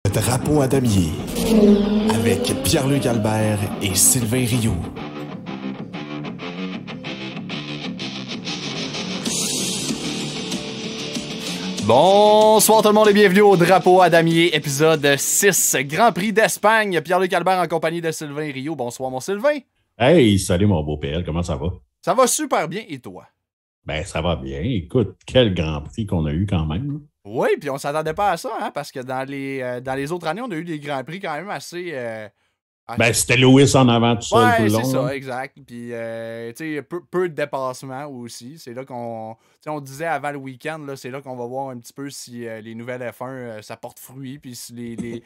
Drapeau à damier avec Pierre-Luc Albert et Sylvain Rioux. Bonsoir tout le monde et bienvenue au Drapeau à damier, épisode 6, Grand Prix d'Espagne. Pierre-Luc Albert en compagnie de Sylvain Rioux. Bonsoir mon Sylvain. Hey, salut mon beau PL, comment ça va? Ça va super bien et toi? Ben, ça va bien. Écoute, quel Grand Prix qu'on a eu quand même. Oui, puis on s'attendait pas à ça, hein, parce que dans les autres années, on a eu des Grands Prix quand même assez... Ben, c'était Lewis en avant tout seul tout le long. Ouais, c'est ça, là. exact. Puis, tu sais, peu de dépassements aussi. C'est là qu'on... Tu sais, on disait avant le week-end, là, c'est là qu'on va voir un petit peu si les nouvelles F1, ça porte fruit, puis si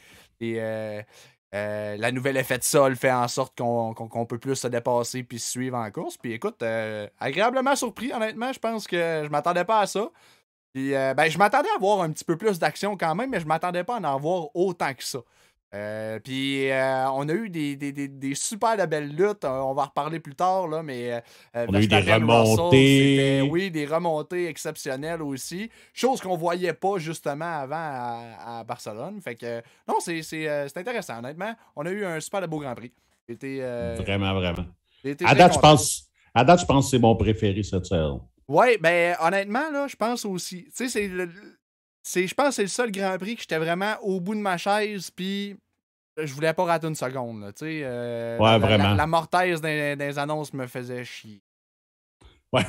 la nouvelle effet de sol fait en sorte qu'on peut plus se dépasser puis se suivre en course. Puis écoute, agréablement surpris, honnêtement. Je pense que je m'attendais pas à ça. Puis, ben, je m'attendais à avoir un petit peu plus d'action quand même, mais je m'attendais pas à en avoir autant que ça. Puis, on a eu des super de belles luttes. On va en reparler plus tard, là, mais... On a eu des Verstappen, remontées. Russell, oui, des remontées exceptionnelles aussi. Chose qu'on voyait pas, justement, avant à Barcelone. Fait que, non, c'est intéressant, honnêtement. On a eu un super de beau Grand Prix. Vraiment, vraiment. À date, je pense que c'est mon préféré cette saison. Ouais, ben honnêtement, là, je pense aussi. Tu sais, je pense que c'est le seul Grand Prix que j'étais vraiment au bout de ma chaise, puis je voulais pas rater une seconde. Là, tu sais, Ouais, vraiment. La mortaise des annonces me faisait chier. Ouais.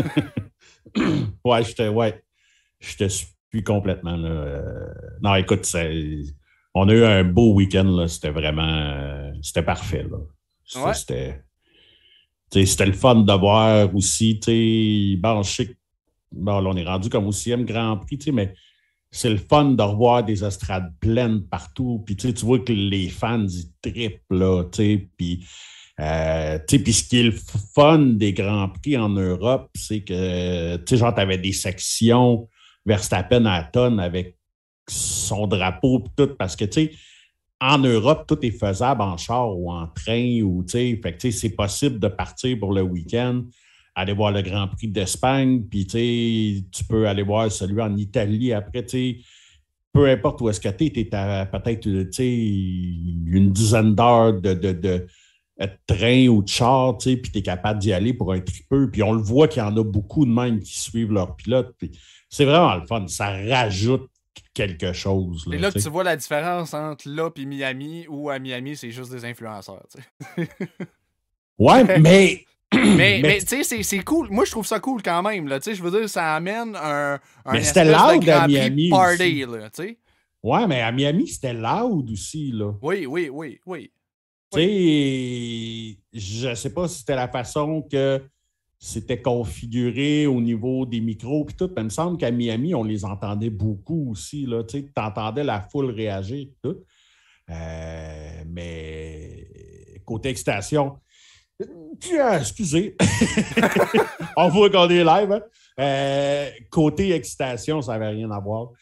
Je te suis complètement. Là. Non, écoute, on a eu un beau week-end. Là. C'était vraiment... c'était parfait. Là. Ouais. C'était le fun de voir aussi. Bon, je sais que là, on est rendu comme au 6e Grand Prix, mais c'est le fun de revoir des estrades pleines partout. Puis tu vois que les fans, ils trippent, là, puis ce qui est le fun des Grands Prix en Europe, c'est que, genre, tu avais des sections Verstappen à tonne avec son drapeau, pis tout, parce que, en Europe, tout est faisable en char ou en train, ou, fait que, c'est possible de partir pour le week-end, aller voir le Grand Prix d'Espagne, puis, tu peux aller voir celui en Italie après, peu importe où est-ce que tu es à peut-être, une dizaine d'heures de train ou de char, puis tu es capable d'y aller pour un tripeux. Puis on le voit qu'il y en a beaucoup de même qui suivent leur pilote. Puis c'est vraiment le fun. Ça rajoute quelque chose. Et là que tu vois la différence entre là et Miami, où à Miami, c'est juste des influenceurs. Ouais, mais... mais tu sais, c'est cool. Moi, je trouve ça cool quand même. Là. Je veux dire, ça amène un c'était espèce loud de Grand à Prix Miami party. aussi. Là, t'sais. Ouais, mais à Miami, c'était loud aussi. Là. Oui. Tu sais, je sais pas si c'était la façon que c'était configuré au niveau des micros puis tout, mais il me semble qu'à Miami, on les entendait beaucoup aussi. Tu entendais la foule réagir tout. Mais côté excitation, excusez, on voit qu'on est live. Hein? Côté excitation, ça n'avait rien à voir.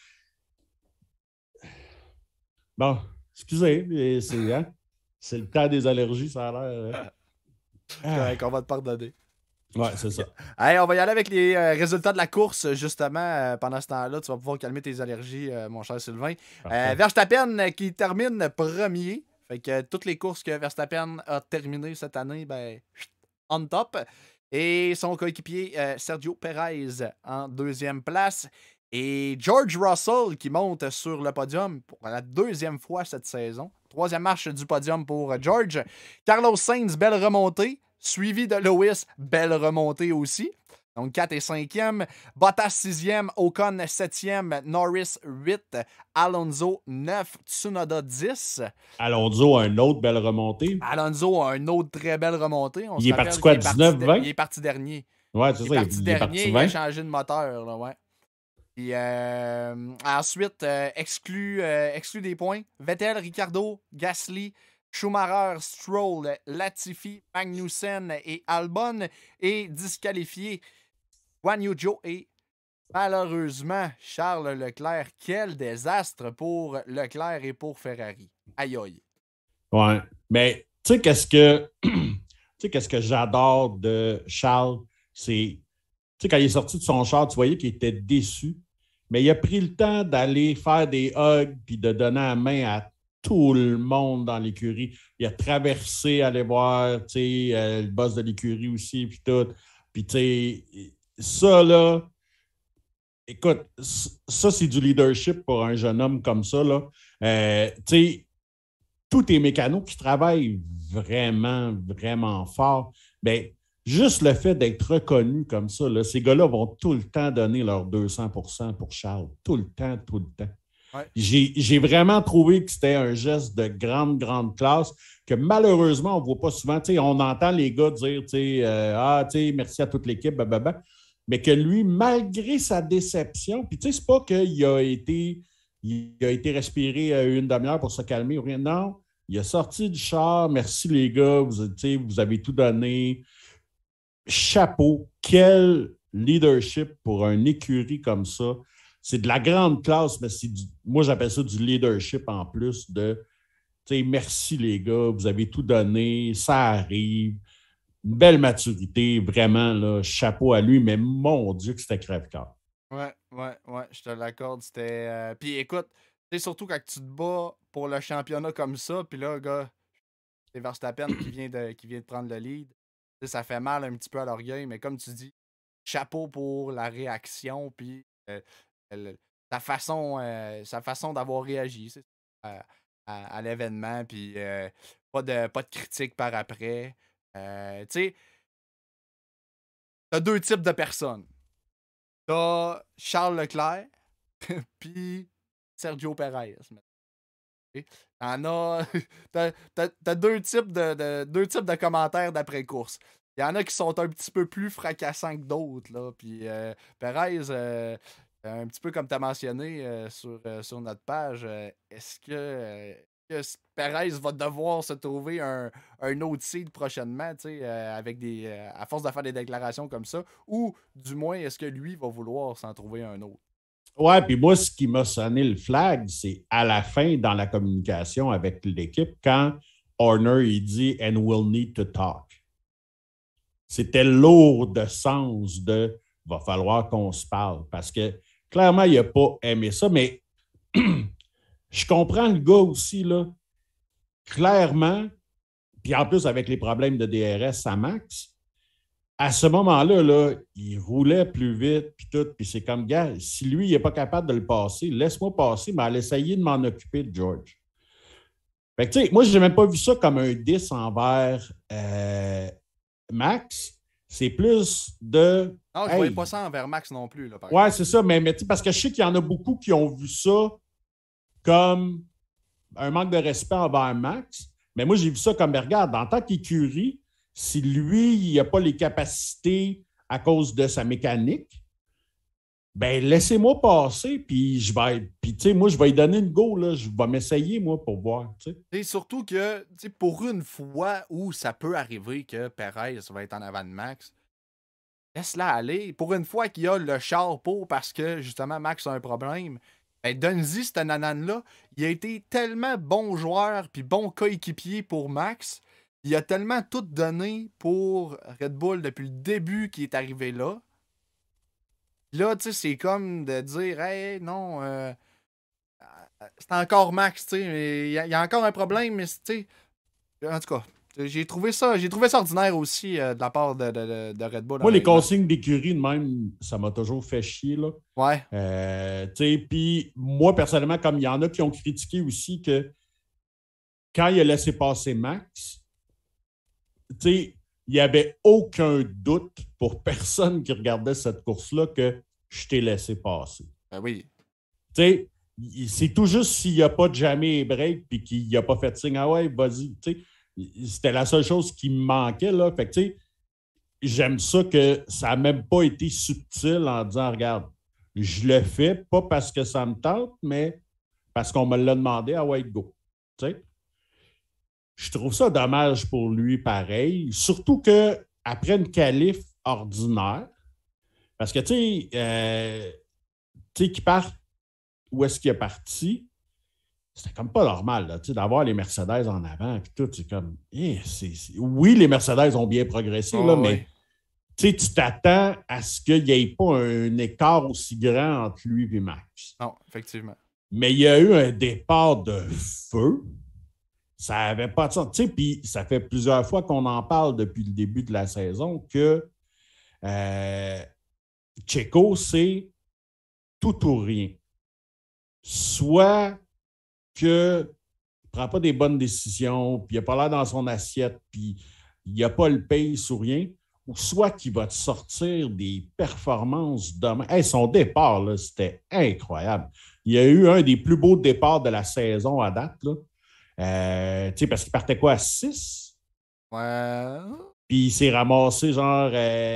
Bon, excusez, c'est le temps des allergies, ça a l'air. Qu'on va te pardonner. Ouais, c'est ça. Hey, on va y aller avec les résultats de la course, justement. Pendant ce temps-là, tu vas pouvoir calmer tes allergies, mon cher Sylvain. Verstappen qui termine premier. Fait que toutes les courses que Verstappen a terminées cette année, ben, on top. Et son coéquipier Sergio Perez en deuxième place. Et George Russell qui monte sur le podium pour la deuxième fois cette saison. Troisième marche du podium pour George. Carlos Sainz, belle remontée. Suivi de Lewis, belle remontée aussi. Donc 4 et 5e. Bottas 6e. Ocon 7e. Norris 8. Alonso 9. Tsunoda 10. Alonso a une autre belle remontée. Alonso a une autre très belle remontée. Il est parti quoi, 19-20? Il est parti dernier. Ouais, c'est ça. Il est parti 20. Il a changé de moteur, là, ouais. Puis ensuite, exclu des points. Vettel, Ricardo, Gasly, Schumacher, Stroll, Latifi, Magnussen et Albon. Et disqualifié Guan Yu Zhou et malheureusement Charles Leclerc. Quel désastre pour Leclerc et pour Ferrari. Aïe aïe. Ouais, mais tu sais, qu'est-ce que j'adore de Charles, c'est, tu sais, quand il est sorti de son char, tu voyais qu'il était déçu. mais il a pris le temps d'aller faire des hugs puis de donner la main à tout le monde dans l'écurie. Il a traversé, aller voir le boss de l'écurie aussi, puis tout. Puis, tu sais, ça, là, écoute, ça, c'est du leadership pour un jeune homme comme ça, là. Tu sais, tous tes mécanos qui travaillent vraiment, vraiment fort, bien, juste le fait d'être reconnu comme ça, là, ces gars-là vont tout le temps donner leur 200% pour Charles. Tout le temps, tout le temps. Ouais. J'ai vraiment trouvé que c'était un geste de grande, grande classe que malheureusement, on ne voit pas souvent. On entend les gars dire merci à toute l'équipe, blablabla. Mais que lui, malgré sa déception, puis c'est pas qu'il a été respiré une demi-heure pour se calmer ou rien. Non, il a sorti du char. Merci les gars, vous avez tout donné. Chapeau, quel leadership pour une écurie comme ça. C'est de la grande classe, mais moi, j'appelle ça du leadership en plus de merci les gars, vous avez tout donné, ça arrive. Une belle maturité, vraiment, là, chapeau à lui, mais mon Dieu que c'était crève-cœur. Ouais, je te l'accorde. C'était. Puis écoute, surtout quand tu te bats pour le championnat comme ça, puis là, gars, c'est Verstappen qui vient de prendre le lead. Ça fait mal un petit peu à l'orgueil, mais comme tu dis, chapeau pour la réaction, puis sa façon d'avoir réagi à l'événement, puis pas de critique par après. Tu sais, t'as deux types de personnes. T'as Charles Leclerc, puis Sergio Perez. T'en as. T'as deux types de commentaires d'après-course. Il y en a qui sont un petit peu plus fracassants que d'autres, là. Puis Perez, un petit peu comme tu as mentionné sur notre page, est-ce que Perez va devoir se trouver un autre seed prochainement, avec à force de faire des déclarations comme ça, ou du moins, est-ce que lui va vouloir s'en trouver un autre? Ouais, puis moi, ce qui m'a sonné le flag, c'est à la fin, dans la communication avec l'équipe, quand Horner, il dit « and we'll need to talk ». C'était lourd de sens de « va falloir qu'on se parle », parce que clairement, il n'a pas aimé ça, mais je comprends le gars aussi, là. Clairement, puis en plus, avec les problèmes de DRS à Max, à ce moment-là, là, il roulait plus vite, puis tout, puis c'est comme, gars, si lui, il n'est pas capable de le passer, laisse-moi passer, mais allez essayer de m'en occuper de George. Fait que, tu sais, moi, je n'ai même pas vu ça comme un 10 envers Max. C'est plus de... Non, je ne voyais pas ça envers Max non plus. Là, ouais, c'est ça, mais parce que je sais qu'il y en a beaucoup qui ont vu ça comme un manque de respect envers Max, mais moi, j'ai vu ça comme, regarde, en tant qu'écurie, si lui, il n'a pas les capacités à cause de sa mécanique, ben laissez-moi passer, puis moi, je vais lui donner une go, là, je vais m'essayer, moi, pour voir. Et surtout que, pour une fois où ça peut arriver que Perez va être en avant de Max, laisse-la aller. Pour une fois qu'il y a le char pour parce que, justement, Max a un problème, ben, donne-y cette nanane-là. Il a été tellement bon joueur puis bon coéquipier pour Max. Il a tellement tout donné pour Red Bull depuis le début qu'il est arrivé là. Là, tu sais, c'est comme de dire, hey, non, c'est encore Max, tu sais, il y a encore un problème, mais tu sais, en tout cas, j'ai trouvé ça ordinaire aussi de la part de Red Bull. Moi, les consignes d'écurie de même, ça m'a toujours fait chier, là. Ouais. Tu sais, puis moi, personnellement, comme il y en a qui ont critiqué aussi que quand il a laissé passer Max, tu sais, il n'y avait aucun doute pour personne qui regardait cette course-là que je t'ai laissé passer. Ben oui. Tu sais, c'est tout juste s'il n'a pas jamais break puis qu'il n'a pas fait signe, ah ouais, vas-y. Tu sais, c'était la seule chose qui me manquait, là. Fait que, tu sais, j'aime ça que ça n'a même pas été subtil en disant, regarde, je le fais pas parce que ça me tente, mais parce qu'on me l'a demandé, ah ouais, go. Tu sais? Je trouve ça dommage pour lui, pareil. Surtout qu'après une qualif ordinaire, parce que, tu sais, qu'il parte où est-ce qu'il est parti, c'était comme pas normal, là, d'avoir les Mercedes en avant, puis tout, c'est comme, oui, les Mercedes ont bien progressé, là, mais tu t'attends à ce qu'il n'y ait pas un écart aussi grand entre lui et Max. Non, effectivement. Mais il y a eu un départ de feu. Ça n'avait pas de sens. Tu sais, puis ça fait plusieurs fois qu'on en parle depuis le début de la saison que Checo, c'est tout ou rien. Soit que ne prend pas des bonnes décisions, puis il n'a pas l'air dans son assiette, puis il n'y a pas le pace ou rien, ou soit qu'il va te sortir des performances demain. Hey, son départ, là, c'était incroyable. Il y a eu un des plus beaux départs de la saison à date, là. Parce qu'il partait quoi, à 6? Ouais. Puis il s'est ramassé genre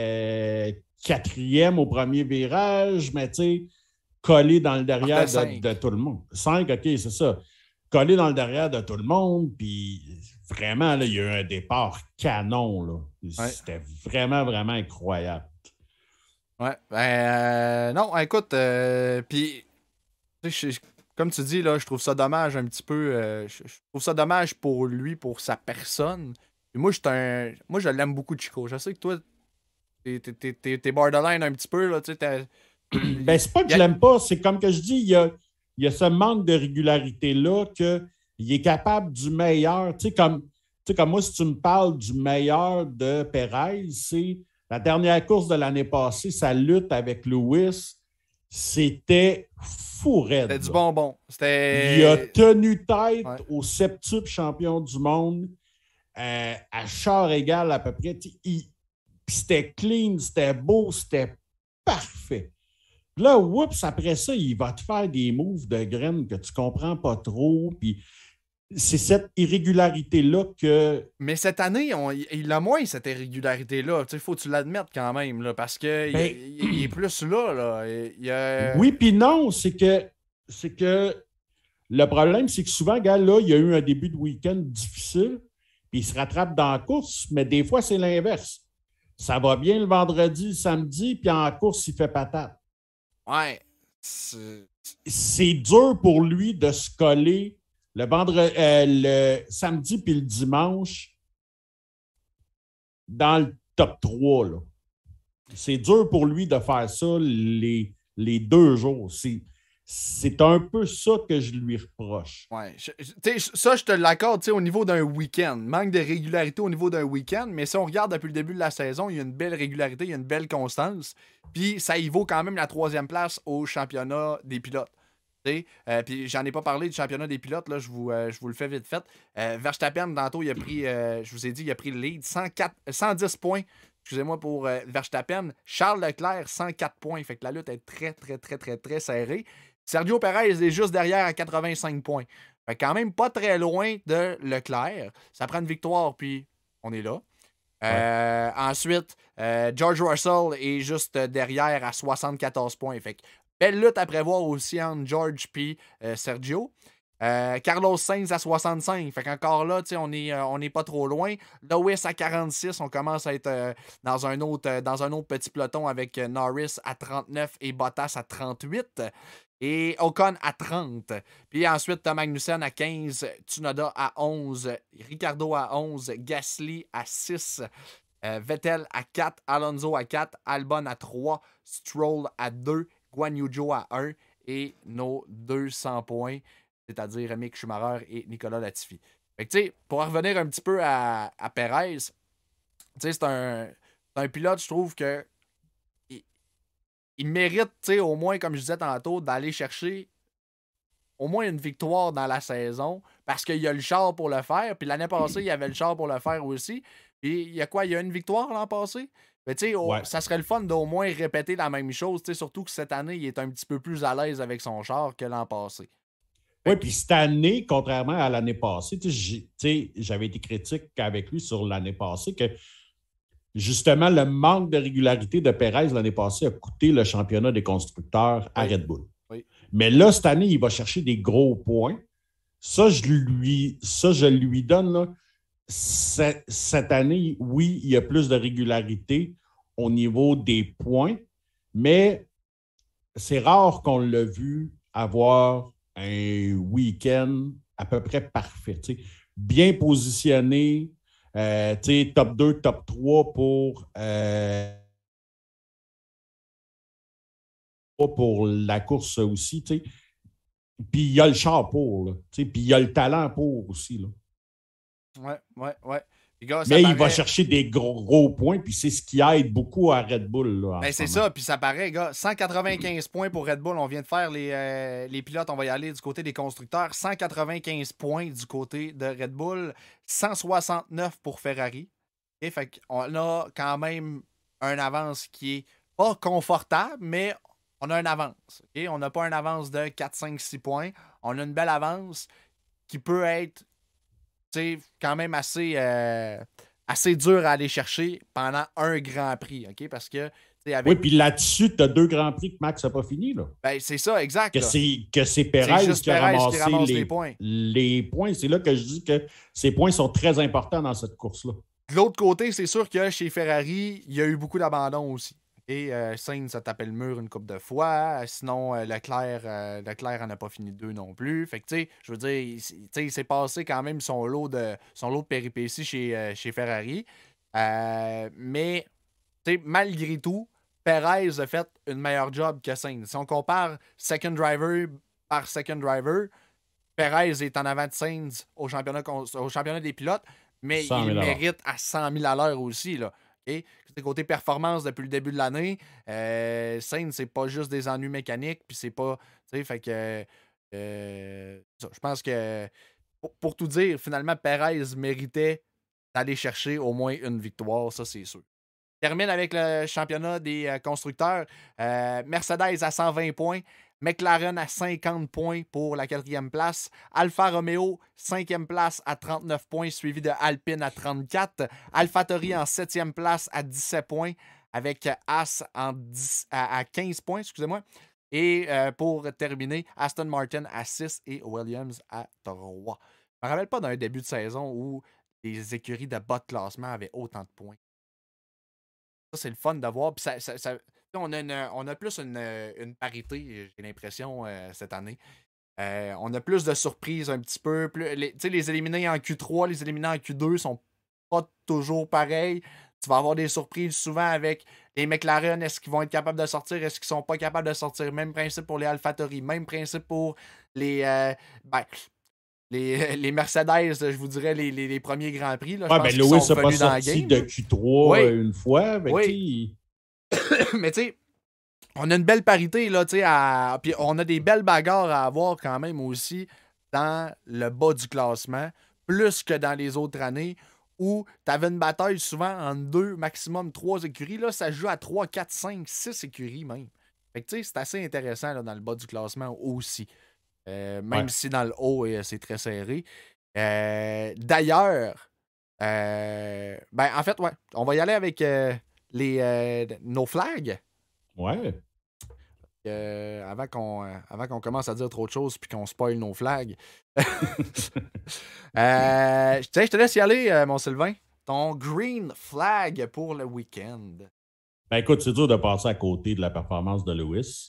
4e au premier virage, mais tu sais, collé dans le derrière de tout le monde. 5, OK, c'est ça. Collé dans le derrière de tout le monde, puis vraiment, là, il y a eu un départ canon, là. Ouais. C'était vraiment, vraiment incroyable. Ouais, non, écoute, puis, comme tu dis, là, je trouve ça dommage un petit peu. Je trouve ça dommage pour lui, pour sa personne. Puis moi, je l'aime beaucoup, Chico. Je sais que toi, t'es borderline un petit peu, là, tu sais. Ben, c'est pas que je l'aime pas, c'est comme que je dis, il y a ce manque de régularité-là qu'il est capable du meilleur. Tu sais, comme moi, si tu me parles du meilleur de Perez, c'est la dernière course de l'année passée, sa lutte avec Lewis, c'était fou raide. C'était du bonbon. Il a tenu tête au septuple champion du monde à char égal à peu près. Puis c'était clean, c'était beau, c'était parfait. Là, oups, après ça, il va te faire des moves de graines que tu comprends pas trop. Puis c'est cette irrégularité-là que... Mais cette année, il a moins cette irrégularité-là. Il faut que tu l'admettes quand même, là, parce que il est plus là. Oui, puis non, c'est que le problème, c'est que souvent, gars, là, il y a eu un début de week-end difficile, puis il se rattrape dans la course, mais des fois, c'est l'inverse. Ça va bien le vendredi, le samedi, puis en course, il fait patate. Ouais. C'est dur pour lui de se coller le samedi puis le dimanche dans le top 3. Là. C'est dur pour lui de faire ça les 2 jours. C'est un peu ça que je lui reproche. Ouais. Ça, je te l'accorde au niveau d'un week-end. Manque de régularité au niveau d'un week-end, mais si on regarde depuis le début de la saison, il y a une belle régularité, il y a une belle constance. Puis ça y vaut quand même la 3e place au championnat des pilotes. Puis j'en ai pas parlé du championnat des pilotes, là, je vous le fais vite fait. Verstappen, tantôt, il a pris, je vous ai dit, il a pris le lead, 110 points. Excusez-moi pour Verstappen. Charles Leclerc, 104 points. Fait que la lutte est très, très, très, très, très serrée. Sergio Perez est juste derrière à 85 points. Fait quand même pas très loin de Leclerc. Ça prend une victoire, puis on est là. Ensuite, George Russell est juste derrière à 74 points. Fait que belle lutte à prévoir aussi entre George et Sergio. Carlos Sainz à 65. Fait qu'encore là, on n'est pas trop loin. Lewis à 46. On commence à être dans un autre petit peloton avec Norris à 39 et Bottas à 38. Et Ocon à 30. Puis ensuite, Magnussen à 15. Tsunoda à 11. Ricardo à 11. Gasly à 6. Vettel à 4. Alonso à 4. Albon à 3. Stroll à 2. Guan Yu Zhou à 1. Et nos 200 points, c'est-à-dire Mick Schumacher et Nicolas Latifi. Fait que, pour revenir un petit peu à Perez, c'est un pilote, je trouve que il mérite, au moins, comme je disais tantôt, d'aller chercher au moins une victoire dans la saison parce qu'il y a le char pour le faire. Puis l'année passée, il y avait le char pour le faire aussi. Puis il y a quoi? Il y a une victoire l'an passé? Mais ça serait le fun d'au moins répéter la même chose, surtout que cette année, il est un petit peu plus à l'aise avec son char que l'an passé. Oui, puis cette année, contrairement à l'année passée, j'avais été critique avec lui sur l'année passée que justement, le manque de régularité de Perez l'année passée a coûté le championnat des constructeurs à Red Bull. Oui. Mais là, cette année, il va chercher des gros points. Ça, je lui donne. Là, cette année, oui, il y a plus de régularité au niveau des points, mais c'est rare qu'on l'a vu avoir un week-end à peu près parfait. Bien positionné. Top 2, top 3 pour pour la course aussi, tu sais. Puis il y a le char pour, là, tu sais, puis il y a le talent pour aussi, là. Ouais. Les gars, mais il paraît... va chercher des gros points, puis c'est ce qui aide beaucoup à Red Bull. Là, ben, c'est ça, puis ça paraît, gars. 195 points pour Red Bull. On vient de faire les pilotes. On va y aller du côté des constructeurs. 195 points du côté de Red Bull. 169 pour Ferrari. Et fait qu'on a quand même un avance qui est pas confortable, mais on a une avance. Okay? On n'a pas une avance de 4, 5, 6 points. On a une belle avance qui peut être quand même assez dur à aller chercher pendant un Grand Prix. Okay? Parce que avec... Oui, puis là-dessus, tu as 2 Grands Prix que Max n'a pas fini. Là. Ben, c'est ça, exact. Que c'est Perez qui a ramassé les points. Les points. C'est là que je dis que ces points sont très importants dans cette course-là. De l'autre côté, c'est sûr que chez Ferrari, il y a eu beaucoup d'abandon aussi. Et Sainz a tapé le mur une couple de fois. Sinon, Leclerc n'en a pas fini 2 non plus. Fait que, tu sais, je veux dire, il s'est passé quand même son lot de péripéties chez Ferrari. Mais, tu sais, malgré tout, Perez a fait une meilleure job que Sainz. Si on compare second driver par second driver, Perez est en avant de Sainz au championnat des pilotes, mais il mérite à 100 000 à l'heure aussi, là. Okay? Côté performance depuis le début de l'année, Sainz, c'est pas juste des ennuis mécaniques, puis c'est pas. Fait que. Je pense que. Pour tout dire, finalement, Perez méritait d'aller chercher au moins une victoire, ça, c'est sûr. Termine avec le championnat des constructeurs. Mercedes à 120 points. McLaren à 50 points pour la 4e place. Alfa Romeo, 5e place à 39 points, suivi de Alpine à 34. AlphaTauri en 7e place à 17 points, avec Haas à 15 points, excusez-moi. Et pour terminer, Aston Martin à 6 et Williams à 3. Je me rappelle pas d'un début de saison où les écuries de bas de classement avaient autant de points. Ça, c'est le fun de voir. Puis on a plus une parité, j'ai l'impression, cette année. On a plus de surprises un petit peu. Les éliminés en Q3, les éliminés en Q2 sont pas toujours pareils. Tu vas avoir des surprises souvent avec les McLaren. Est-ce qu'ils vont être capables de sortir? Est-ce qu'ils sont pas capables de sortir? Même principe pour les AlphaTauri. Même principe pour les Mercedes, je vous dirais, les premiers Grands Prix. Là, Lewis n'a pas sorti de Q3 une fois. Oui. Mais tu sais, on a une belle parité, là, tu sais, puis on a des belles bagarres à avoir quand même aussi dans le bas du classement, plus que dans les autres années où tu avais une bataille souvent en 2, maximum 3 écuries. Là, ça joue à 3, 4, 5, 6 écuries même. Fait que tu sais, c'est assez intéressant là, dans le bas du classement aussi. Même si dans le haut, c'est très serré. D'ailleurs, en fait, on va y aller avec nos flags. Ouais. Avant qu'on commence à dire trop de choses puis qu'on spoil nos flags. Je te laisse y aller, mon Sylvain. Ton green flag pour le week-end. Écoute, c'est dur de passer à côté de la performance de Lewis.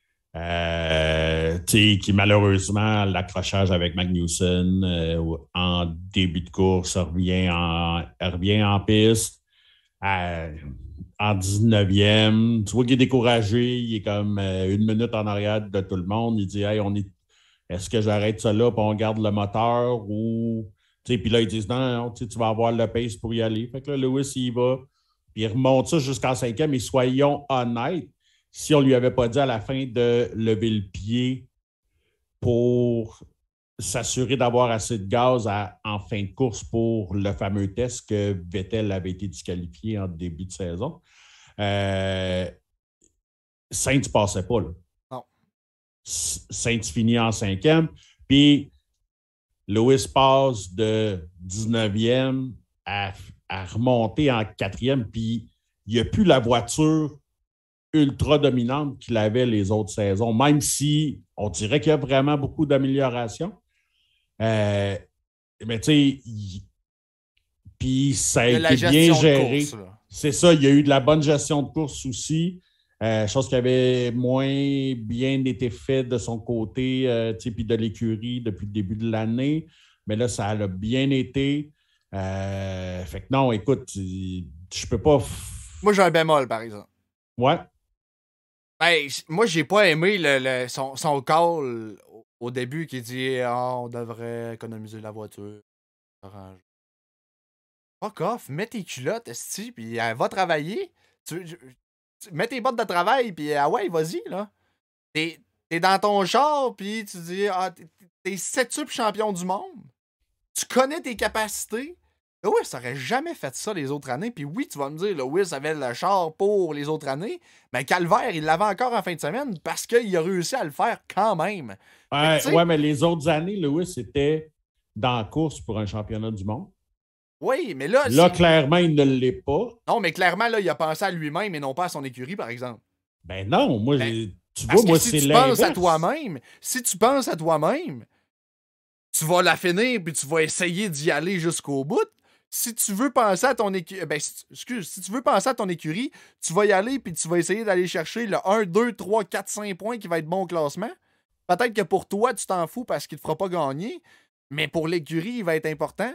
Qui malheureusement, l'accrochage avec Magnussen en début de course revient en piste. En 19e, tu vois qu'il est découragé, il est comme 1 minute en arrière de tout le monde. Il dit hey, est-ce que j'arrête ça là et on garde le moteur ou. Puis là, ils disent non, tu vas avoir le pace pour y aller. Fait que là, Lewis, il y va. Puis il remonte ça jusqu'en 5e. Et soyons honnêtes, si on ne lui avait pas dit à la fin de lever le pied pour s'assurer d'avoir assez de gaz en fin de course pour le fameux test que Vettel avait été disqualifié en début de saison, Sainz ne passait pas. Là. Non. Sainz finit en 5e, puis Lewis passe de 19e à remonter en 4e, puis il n'y a plus la voiture ultra dominante qu'il avait les autres saisons, même si on dirait qu'il y a vraiment beaucoup d'améliorations. Mais tu sais, puis ça a été bien géré. Course, c'est ça, il y a eu de la bonne gestion de course aussi. Chose qui avait moins bien été faite de son côté, puis de l'écurie depuis le début de l'année. Mais là, ça a bien été. Fait que non, écoute, je peux pas. Moi, j'ai un bémol, par exemple. Ouais. Ben, moi, j'ai pas aimé son call au début qui dit on devrait économiser la voiture. Orange. Fuck off, mets tes culottes, esti, puis va travailler. Mets tes bottes de travail, puis ouais, vas-y, là. T'es dans ton char, puis tu dis t'es septuple champion du monde. Tu connais tes capacités. Lewis n'aurait jamais fait ça les autres années. Puis oui, tu vas me dire, Lewis avait le char pour les autres années. Mais Calvaire, il l'avait encore en fin de semaine parce qu'il a réussi à le faire quand même. Ouais, mais les autres années, Lewis était dans la course pour un championnat du monde. Oui, mais là... Là, clairement, il ne l'est pas. Non, mais clairement, là, il a pensé à lui-même et non pas à son écurie, par exemple. Ben non, moi, tu vois, moi, si c'est tu l'inverse. Si tu penses à toi-même, tu vas la finir puis tu vas essayer d'y aller jusqu'au bout. Si tu veux penser à ton écurie, si tu veux penser à ton écurie, tu vas y aller puis tu vas essayer d'aller chercher le 1, 2, 3, 4, 5 points qui va être bon au classement. Peut-être que pour toi, tu t'en fous parce qu'il te fera pas gagner, mais pour l'écurie, il va être important.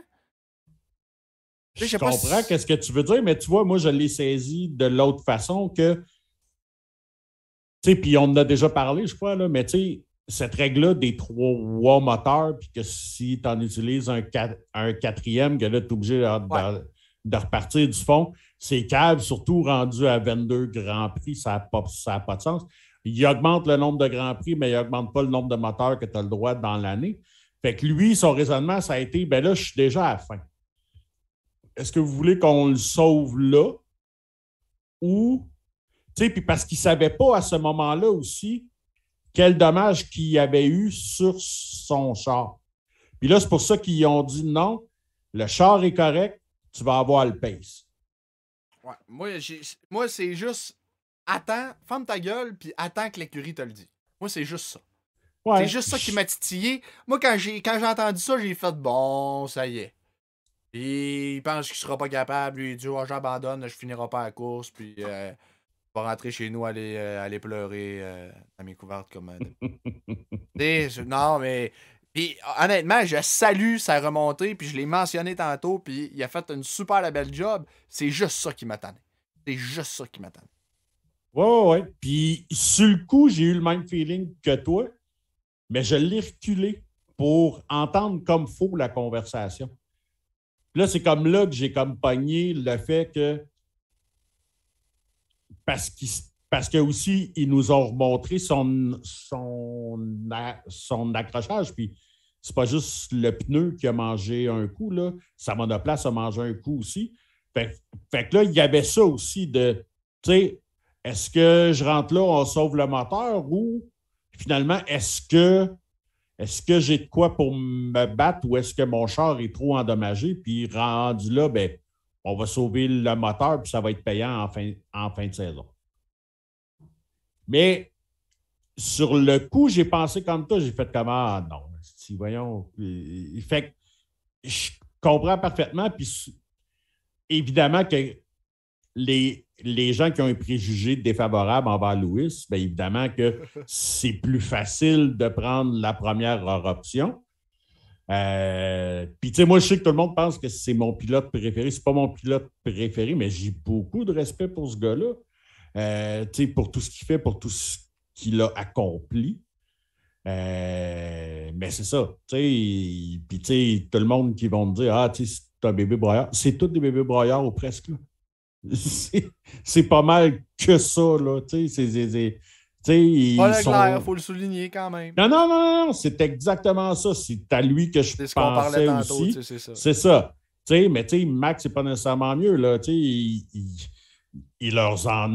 Je comprends qu'est-ce que tu veux dire, mais tu vois, moi, je l'ai saisi de l'autre façon que, tu sais, puis on en a déjà parlé, je crois, là, mais tu sais, cette règle-là des 3 moteurs, puis que si tu en utilises un quatrième, que là, tu es obligé de repartir du fond, c'est câble, surtout rendu à 22 Grands Prix, ça n'a pas de sens. Il augmente le nombre de Grands Prix, mais il n'augmente pas le nombre de moteurs que tu as le droit dans l'année. Fait que lui, son raisonnement, ça a été, ben là, je suis déjà à la fin. Est-ce que vous voulez qu'on le sauve là? Ou, tu sais, puis parce qu'il ne savait pas à ce moment-là aussi quel dommage qu'il y avait eu sur son char. Puis là, c'est pour ça qu'ils ont dit non, le char est correct, tu vas avoir le pace. Ouais, moi c'est juste attends, ferme ta gueule, puis attends que l'écurie te le dise. Moi, c'est juste ça. Ouais. C'est juste ça qui m'a titillé. Moi, quand j'ai entendu ça, j'ai fait bon, ça y est. Puis il pense qu'il sera pas capable, lui, il dit j'abandonne, je finirai pas la course, puis je vais rentrer chez nous, aller pleurer à mes couvertes comme. Non, mais. Puis honnêtement, je salue sa remontée, puis je l'ai mentionné tantôt, puis il a fait une super belle job. C'est juste ça qui m'attendait. C'est juste ça qui m'attendait. Ouais. Puis sur le coup, j'ai eu le même feeling que toi, mais je l'ai reculé pour entendre comme faut la conversation. Là, c'est comme là que j'ai comme pogné le fait que parce que aussi, ils nous ont remontré son accrochage. Puis c'est pas juste le pneu qui a mangé un coup, là. Sa monoplace a mangé un coup aussi. Fait que là, il y avait ça aussi de, tu sais, est-ce que je rentre là, on sauve le moteur ou finalement, est-ce que j'ai de quoi pour me battre ou est-ce que mon char est trop endommagé? Puis rendu là, ben, on va sauver le moteur puis ça va être payant en fin de saison. Mais sur le coup, j'ai pensé comme toi, j'ai fait comme non, si voyons. Fait que je comprends parfaitement. Puis évidemment que les gens qui ont un préjugé défavorable envers Lewis, bien évidemment que c'est plus facile de prendre la première option. Puis, tu sais, moi, je sais que tout le monde pense que c'est mon pilote préféré. C'est pas mon pilote préféré, mais j'ai beaucoup de respect pour ce gars-là. Tu sais, pour tout ce qu'il fait, pour tout ce qu'il a accompli. Mais c'est ça. Tu sais, puis, tu sais, tout le monde qui vont me dire tu sais, c'est un bébé broyeur. C'est tous des bébés broyeurs ou presque, là. C'est pas mal que ça, là. Tu sais, il faut le souligner quand même. Non, c'est exactement ça. C'est à lui que je pensais parlait tantôt, aussi. C'est ça. C'est ça. T'sais, mais Max, c'est pas nécessairement mieux. Là. Il leur en...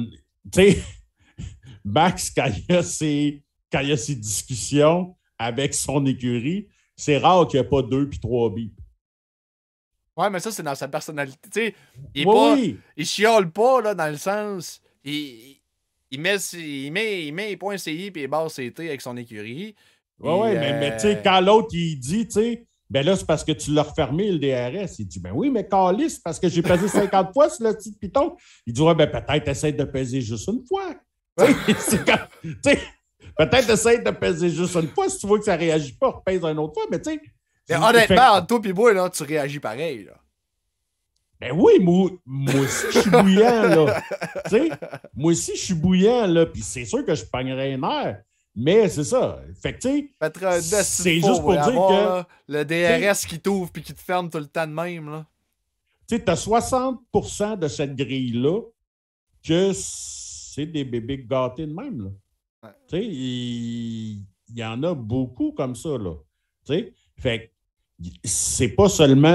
Max, quand il y a ses discussions avec son écurie, c'est rare qu'il n'y ait pas 2 puis 3 bips. Ouais, mais ça, c'est dans sa personnalité. Il chiale pas, là, dans le sens... Il met les points CI et les barres CT avec son écurie. Oui, mais tu sais, quand l'autre, il dit, tu sais, ben là, c'est parce que tu l'as refermé, le DRS. Il dit, ben oui, mais Calis, c'est parce que j'ai pesé 50 fois sur le petit piton. Il dit, ouais, ben peut-être essaye de peser juste une fois. Peut-être essaye de peser juste une fois. Si tu vois que ça ne réagit pas, repèse une autre fois. Mais tu sais. Honnêtement, entre toi et moi, là, tu réagis pareil. Là. Ben oui, moi aussi, je suis bouillant, là. Tu sais, moi aussi, je suis bouillant, là. Puis c'est sûr que je pognerais un air. Mais c'est ça. Fait que, tu sais, Mettre un destin c'est faux juste pour dire avoir, que, là, le DRS qui t'ouvre puis qui te ferme tout le temps de même. Là. tu sais, t'as 60% de cette grille-là que c'est des bébés gâtés de même, là. Ouais. Tu sais, il y en a beaucoup comme ça, là. Tu sais, fait que c'est pas seulement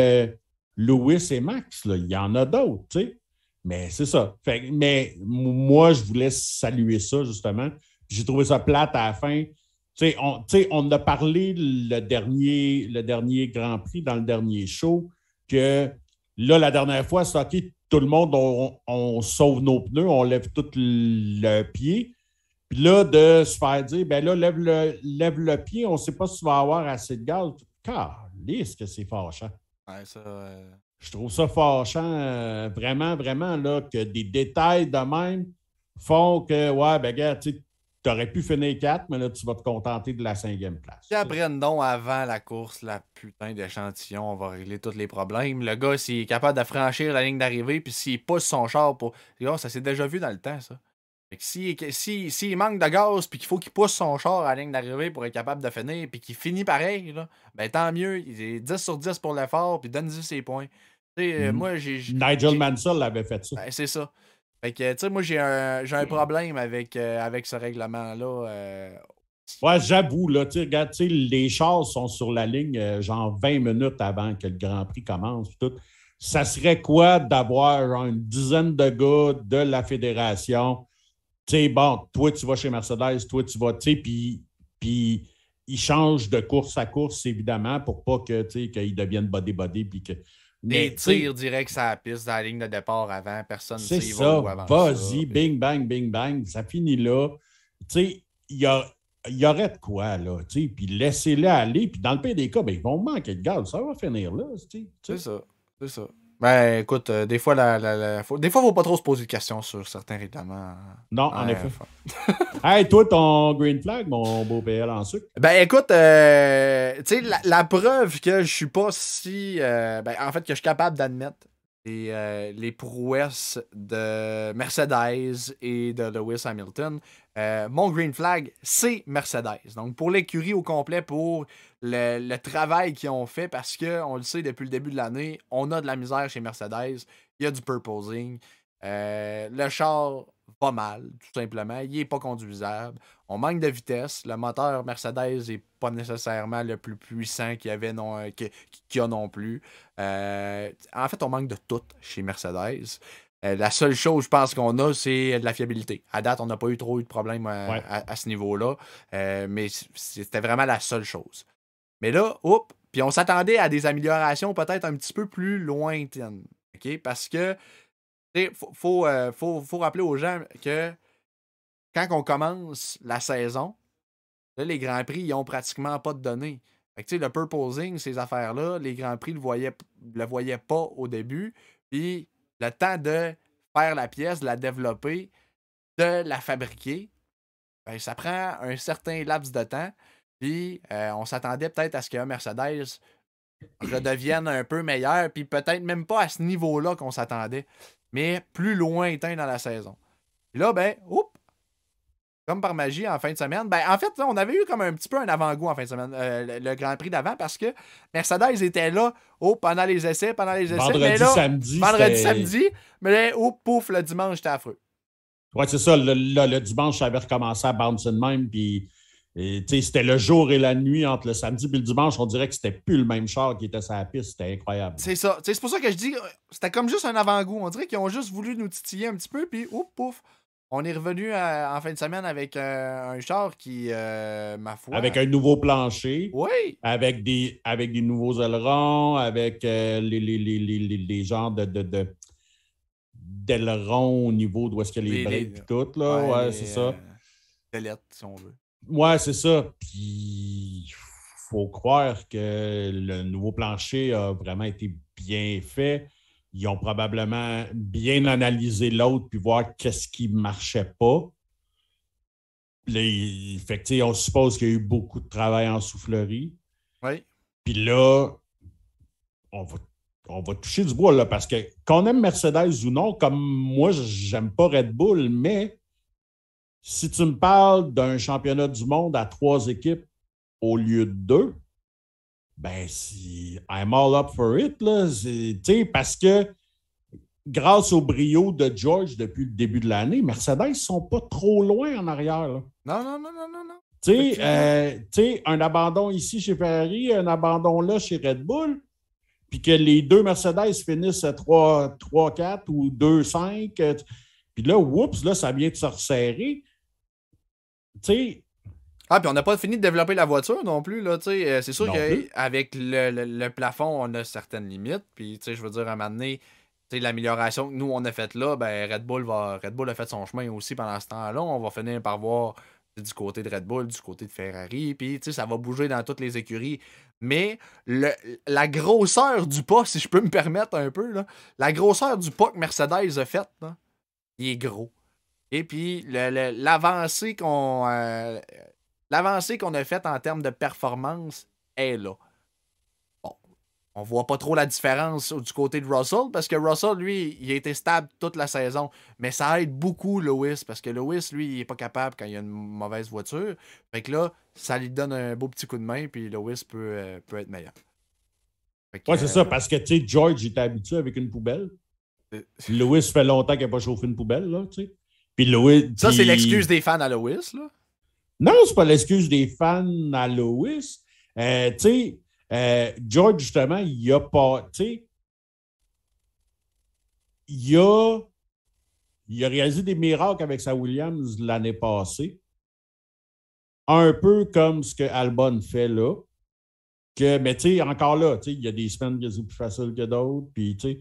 Lewis et Max, là. Il y en a d'autres, tu sais. Mais c'est ça. Fait, mais moi, je voulais saluer ça, justement. J'ai trouvé ça plate à la fin. Tu sais, on a parlé le dernier Grand Prix dans le dernier show que là, la dernière fois, c'est OK, tout le monde, on sauve nos pneus, on lève tout le pied. Puis là, de se faire dire, ben là, lève le pied, on ne sait pas si tu vas avoir assez de gaz. Calisse que c'est fâchant. Ouais, ça. Je trouve ça fâchant, vraiment, vraiment, là, que des détails de même font que, ouais, ben, gars, tu aurais pu finir 4, mais là, tu vas te contenter de la 5e place. Puis apprenne donc avant la course, la putain d'échantillon, on va régler tous les problèmes. Le gars, s'il est capable de franchir la ligne d'arrivée, puis s'il pousse son char pour. Oh, ça s'est déjà vu dans le temps, ça. Fait que s'il manque de gaz, puis qu'il faut qu'il pousse son char à la ligne d'arrivée pour être capable de finir, puis qu'il finit pareil, là, ben tant mieux. Il est 10 sur 10 pour l'effort, puis donne-lui ses points. Moi, Nigel Mansell l'avait fait ça. Ben, c'est ça. Fait que, tu sais, moi, j'ai un problème avec ce règlement-là. Ouais, j'avoue, là, tu sais, regarde, tu sais, les chars sont sur la ligne genre 20 minutes avant que le Grand Prix commence. Tout. Ça serait quoi d'avoir genre, une dizaine de gars de la fédération? Tu sais, bon, toi, tu vas chez Mercedes, toi, tu vas, tu sais, puis ils changent de course à course, évidemment, pour pas que, tu sais, qu'ils deviennent body-body, puis que... Des tirs directs sur la piste, dans la ligne de départ avant, personne ne c'est sait ça, où avant vas-y, bing, bang, ça finit là. Tu sais, il y aurait de quoi, là, tu sais, puis laissez-les aller, puis dans le pire des cas, ben, ils vont manquer de gaz, ça va finir là, tu sais. C'est ça, c'est ça. Ben, écoute, des fois, des fois, il ne faut pas trop se poser de questions sur certains règlements. Non, en effet. Hey, toi, ton green flag, mon beau PL en sucre. Ben, écoute, tu sais, la preuve que je suis pas si... ben, en fait, que je suis capable d'admettre les prouesses de Mercedes et de Lewis Hamilton. Mon green flag, c'est Mercedes. Donc, pour l'écurie au complet, pour le travail qu'ils ont fait, parce qu'on le sait depuis le début de l'année, on a de la misère chez Mercedes. Il y a du purposing. Le char va mal, tout simplement. Il n'est pas conduisable. On manque de vitesse. Le moteur Mercedes n'est pas nécessairement le plus puissant qu'il y a non plus. En fait, on manque de tout chez Mercedes. La seule chose, je pense, qu'on a, c'est de la fiabilité. À date, on n'a pas eu trop eu de problème à ce niveau-là. Mais c'était vraiment la seule chose. Mais là, puis on s'attendait à des améliorations peut-être un petit peu plus lointaines. OK? Parce que il faut rappeler aux gens que quand on commence la saison, là, les Grands Prix, ils n'ont pratiquement pas de données. Fait que, le purposing, ces affaires-là, les Grands Prix ne le voyaient pas au début. Puis le temps de faire la pièce, de la développer, de la fabriquer, ben, ça prend un certain laps de temps. Puis on s'attendait peut-être à ce que Mercedes redevienne un peu meilleur, puis peut-être même pas à ce niveau-là qu'on s'attendait, mais plus lointain dans la saison. Puis là, ben, comme par magie en fin de semaine, ben en fait, là, on avait eu comme un petit peu un avant-goût en fin de semaine, le Grand Prix d'avant, parce que Mercedes était là, pendant les essais, Vendredi, mais là, samedi. Samedi, mais là, pouf, le dimanche, c'était affreux. Ouais, c'est ça, le dimanche, ça avait recommencé à bouncer de même, puis c'était le jour et la nuit entre le samedi et le dimanche, on dirait que c'était plus le même char qui était sur la piste, c'était incroyable. C'est ça, c'est pour ça que je dis, c'était comme juste un avant-goût, on dirait qu'ils ont juste voulu nous titiller un petit peu, puis pouf, on est revenu en fin de semaine avec un char qui, ma foi... Avec un nouveau plancher. Oui! Avec des nouveaux ailerons, avec les genres d'ailerons au niveau d'où est-ce qu'il y a les breaks et tout, là. Ouais, c'est ça. Ailettes, si on veut. Ouais, c'est ça. Puis, il faut croire que le nouveau plancher a vraiment été bien fait. Ils ont probablement bien analysé l'autre puis voir qu'est-ce qui ne marchait pas. Fait que, on suppose qu'il y a eu beaucoup de travail en soufflerie. Oui. Puis là, on va on va toucher du bois, là, parce que qu'on aime Mercedes ou non, comme moi, j'aime pas Red Bull, mais si tu me parles d'un championnat du monde à 3 équipes au lieu de 2, ben, si I'm all up for it, là, parce que grâce au brio de George depuis le début de l'année, Mercedes ne sont pas trop loin en arrière. Là. Non. Tu sais, un abandon ici chez Ferrari, un abandon là chez Red Bull, puis que les deux Mercedes finissent à 3-4 ou 2-5, puis là, oups, là, ça vient de se resserrer. Tu sais. Ah, puis on n'a pas fini de développer la voiture non plus, là, tu sais. C'est sûr qu'avec le plafond, on a certaines limites, puis, tu sais, je veux dire, à un moment donné, tu sais, l'amélioration que nous, on a faite là, ben, Red Bull a fait son chemin aussi pendant ce temps-là. On va finir par voir du côté de Red Bull, du côté de Ferrari, puis, tu sais, ça va bouger dans toutes les écuries. Mais la grosseur du pas, si je peux me permettre un peu, là, la grosseur du pas que Mercedes a fait, là, il est gros. Et puis, l'avancée qu'on a faite en termes de performance est là. Bon, on voit pas trop la différence du côté de Russell, parce que Russell, lui, il a été stable toute la saison. Mais ça aide beaucoup Lewis, parce que Lewis, lui, il est pas capable quand il a une mauvaise voiture. Fait que là, ça lui donne un beau petit coup de main, puis Lewis peut être meilleur. Ouais, c'est ça, parce que, tu sais, George était habitué avec une poubelle. Lewis fait longtemps qu'il n'a pas chauffé une poubelle, là, tu sais. Puis Lewis. Ça, c'est l'excuse des fans à Lewis, là? Non, c'est pas l'excuse des fans à Lewis. Tu sais, George, justement, il a pas. Tu sais, il a réalisé des miracles avec sa Williams l'année passée. Un peu comme ce que Albon fait là. Mais tu sais, encore là, tu sais, il y a des semaines que c'est plus facile que d'autres. Puis, tu sais.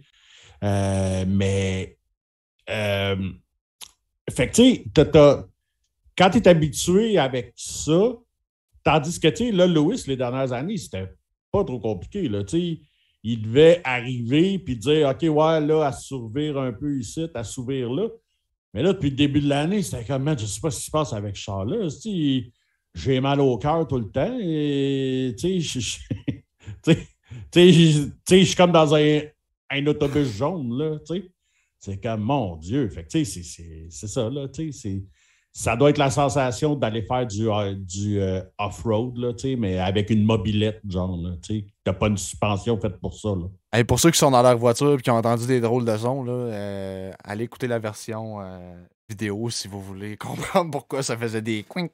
Fait que, tu sais, quand tu es habitué avec ça, tandis que, tu sais, là, Lewis, les dernières années, c'était pas trop compliqué, là, tu sais. Il devait arriver puis dire, OK, ouais, là, à s'ouvrir un peu ici, à s'ouvrir là. Mais là, depuis le début de l'année, c'était comme, man, je sais pas ce qui se passe avec Charles, tu sais, j'ai mal au cœur tout le temps et, tu sais, je suis comme dans un autobus jaune, là, tu sais. C'est comme, mon Dieu. Fait que, tu sais, c'est ça, là, tu sais. Ça doit être la sensation d'aller faire du off-road, là, tu sais, mais avec une mobilette, genre, là, tu sais. T'as pas une suspension faite pour ça, là. Hey, pour ceux qui sont dans leur voiture et qui ont entendu des drôles de sons, là, allez écouter la version vidéo si vous voulez comprendre pourquoi ça faisait des coing.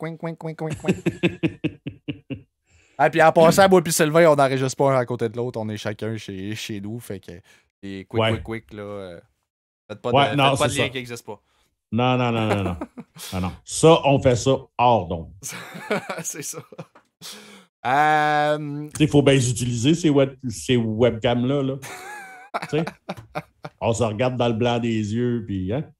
Ah, puis en passant, moi et Sylvain, on n'enregistre pas un à côté de l'autre. On est chacun chez nous. Fait que les quick, là. Faites pas de lien qui n'existe pas. Non. Non. Ça, on fait ça hors d'onde. C'est ça. Il faut bien utiliser ces webcams-là. Là. On se regarde dans le blanc des yeux, puis... Hein?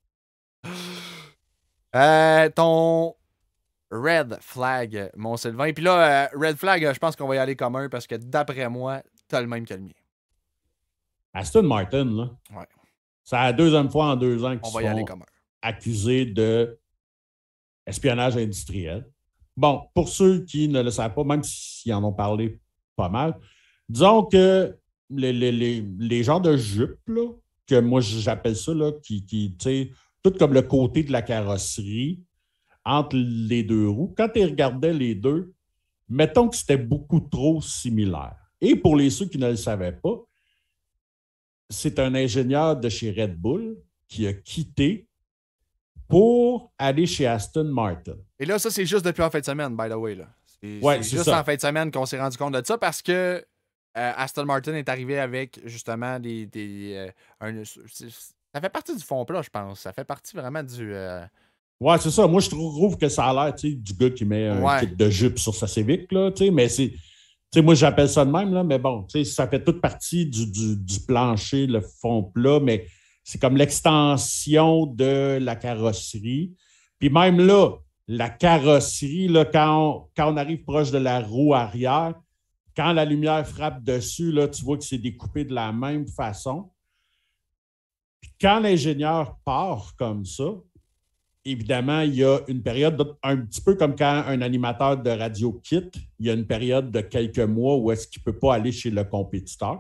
Ton red flag, mon Sylvain. Puis là, red flag, je pense qu'on va y aller commun parce que d'après moi, t'as le même que le mien. Aston Martin, là. Ouais. C'est la deuxième fois en 2 ans qu'ils sont accusés d'espionnage industriel. Bon, pour ceux qui ne le savent pas, même s'ils en ont parlé pas mal, disons que les genres de jupes, là, que moi j'appelle ça, là, qui tu sais, tout comme le côté de la carrosserie, entre les deux roues, quand tu regardais les deux, mettons que c'était beaucoup trop similaire. Et pour ceux qui ne le savaient pas, c'est un ingénieur de chez Red Bull qui a quitté pour aller chez Aston Martin. Et là, ça, c'est juste depuis en fin de semaine, by the way. Là. C'est juste ça. En fin de semaine qu'on s'est rendu compte de ça parce que Aston Martin est arrivé avec justement ça fait partie du fond plat, je pense. Ça fait partie vraiment du... Ouais, c'est ça. Moi, je trouve que ça a l'air du gars qui met un kit de jupe sur sa Civic, là, mais c'est... moi, j'appelle ça de même, là, mais bon, ça fait toute partie du plancher, le fond plat, mais c'est comme l'extension de la carrosserie. Puis même là, la carrosserie, là, quand on arrive proche de la roue arrière, quand la lumière frappe dessus, là, tu vois que c'est découpé de la même façon. Puis quand l'ingénieur part comme ça, évidemment, il y a une période, un petit peu comme quand un animateur de radio quitte, il y a une période de quelques mois où est-ce qu'il ne peut pas aller chez le compétiteur.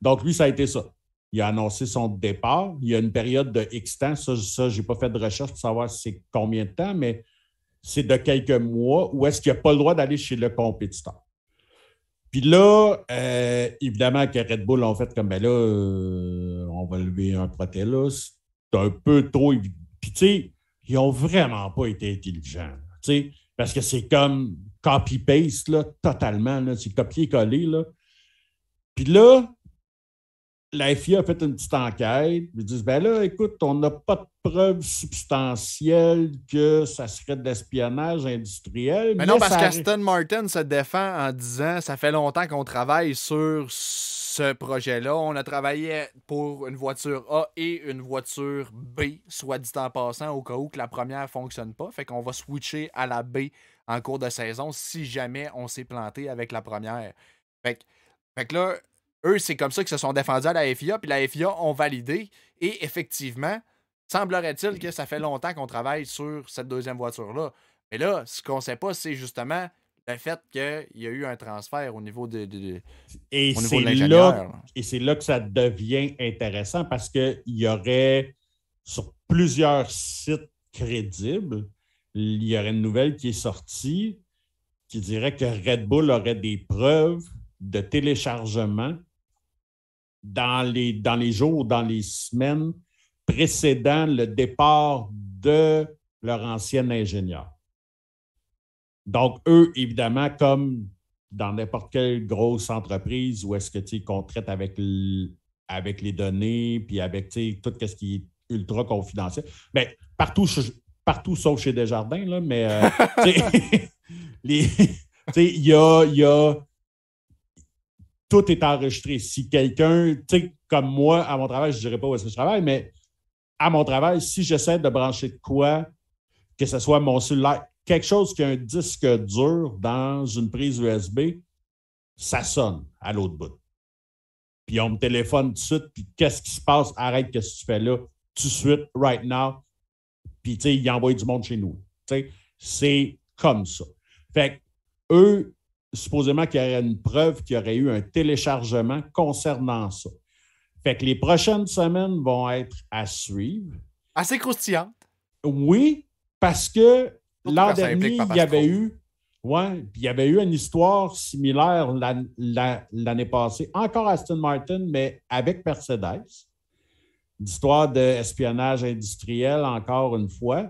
Donc, lui, ça a été ça. Il a annoncé son départ. Il y a une période de X temps. Ça je n'ai pas fait de recherche pour savoir c'est combien de temps, mais c'est de quelques mois où est-ce qu'il n'a pas le droit d'aller chez le compétiteur. Puis là, évidemment que Red Bull ont fait comme, ben là, on va lever un protège là. C'est un peu trop... Puis tu sais, ils n'ont vraiment pas été intelligents. Tu sais, parce que c'est comme copy-paste, là, totalement. Là, c'est copier-coller, là. Puis là, la FIA a fait une petite enquête. Ils disent, ben là, écoute, on n'a pas de preuves substantielles que ça serait de l'espionnage industriel. Mais non, parce qu'Aston Martin se défend en disant, ça fait longtemps qu'on travaille sur ce projet-là. On a travaillé pour une voiture A et une voiture B, soit dit en passant, au cas où que la première ne fonctionne pas. Fait qu'on va switcher à la B en cours de saison si jamais on s'est planté avec la première. Fait que là, eux, c'est comme ça qu'ils se sont défendus à la FIA, puis la FIA ont validé. Et effectivement, semblerait-il que ça fait longtemps qu'on travaille sur cette deuxième voiture-là. Mais là, ce qu'on ne sait pas, c'est justement le fait qu'il y a eu un transfert au niveau de l'ingénieur. Et c'est là que ça devient intéressant parce qu'il y aurait, sur plusieurs sites crédibles, il y aurait une nouvelle qui est sortie qui dirait que Red Bull aurait des preuves de téléchargement dans les jours, dans les semaines précédant le départ de leur ancien ingénieur. Donc, eux, évidemment, comme dans n'importe quelle grosse entreprise où est-ce que qu'on traite avec les données, puis avec tout ce qui est ultra confidentiel. Bien, partout sauf chez Desjardins, là, mais il y a tout est enregistré. Si quelqu'un, comme moi, à mon travail, je ne dirais pas où est-ce que je travaille, mais à mon travail, si j'essaie de brancher de quoi, que ce soit mon cellulaire, quelque chose qui a un disque dur dans une prise USB, ça sonne à l'autre bout. Puis on me téléphone tout de suite, puis qu'est-ce qui se passe? Arrête, qu'est-ce que tu fais là? Tout de suite, right now. Puis, il envoie du monde chez nous. C'est comme ça. Fait que eux, supposément qu'il y aurait une preuve qu'il y aurait eu un téléchargement concernant ça. Fait que les prochaines semaines vont être à suivre. Assez croustillantes. Oui, parce que l'an dernier, il y avait eu une histoire similaire l'année passée, encore Aston Martin, mais avec Mercedes. L'histoire d'espionnage industriel, encore une fois.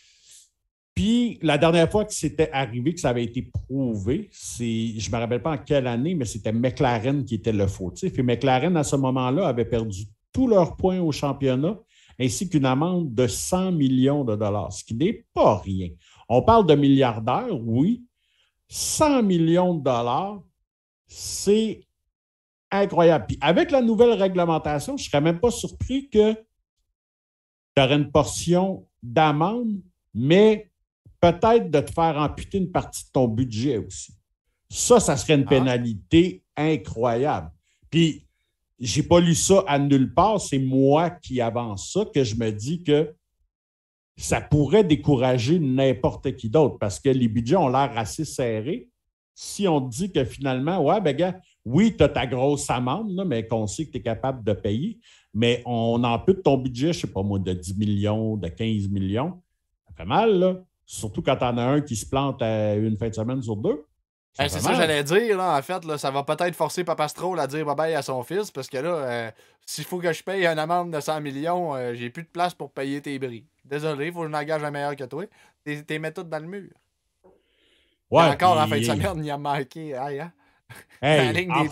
Puis, la dernière fois que c'était arrivé, que ça avait été prouvé, je ne me rappelle pas en quelle année, mais c'était McLaren qui était le fautif. Et McLaren, à ce moment-là, avait perdu tous leurs points au championnat, ainsi qu'une amende de 100 millions de dollars, ce qui n'est pas rien. On parle de milliardaires, oui. 100 millions de dollars, c'est incroyable. Puis, avec la nouvelle réglementation, je ne serais même pas surpris que tu aurais une portion d'amende, mais peut-être de te faire amputer une partie de ton budget aussi. Ça serait une pénalité incroyable. Puis, je n'ai pas lu ça à nulle part. C'est moi qui avance ça, que je me dis que ça pourrait décourager n'importe qui d'autre parce que les budgets ont l'air assez serrés. Si on te dit que finalement, ouais, ben gars, oui, tu as ta grosse amende, là, mais qu'on sait que tu es capable de payer, mais on ampute ton budget, je ne sais pas moi, de 10 millions, de 15 millions. Ça fait mal, là. Surtout quand tu en as un qui se plante à une fin de semaine sur deux. C'est ça que j'allais dire, là. En fait, là, ça va peut-être forcer Papa Stroll à dire bye-bye à son fils, parce que là, s'il faut que je paye une amende de 100 millions, j'ai plus de place pour payer tes bris. Désolé, il faut que je m'engage un meilleur que toi. T'es mets tout dans le mur. Ouais, encore en fin de semaine, il a manqué. Hey, hein? Hey, en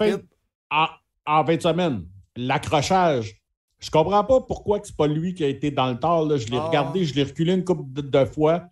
fin de semaine, l'accrochage. Je comprends pas pourquoi c'est pas lui qui a été dans le tort. Là. Je l'ai regardé, je l'ai reculé une couple de fois.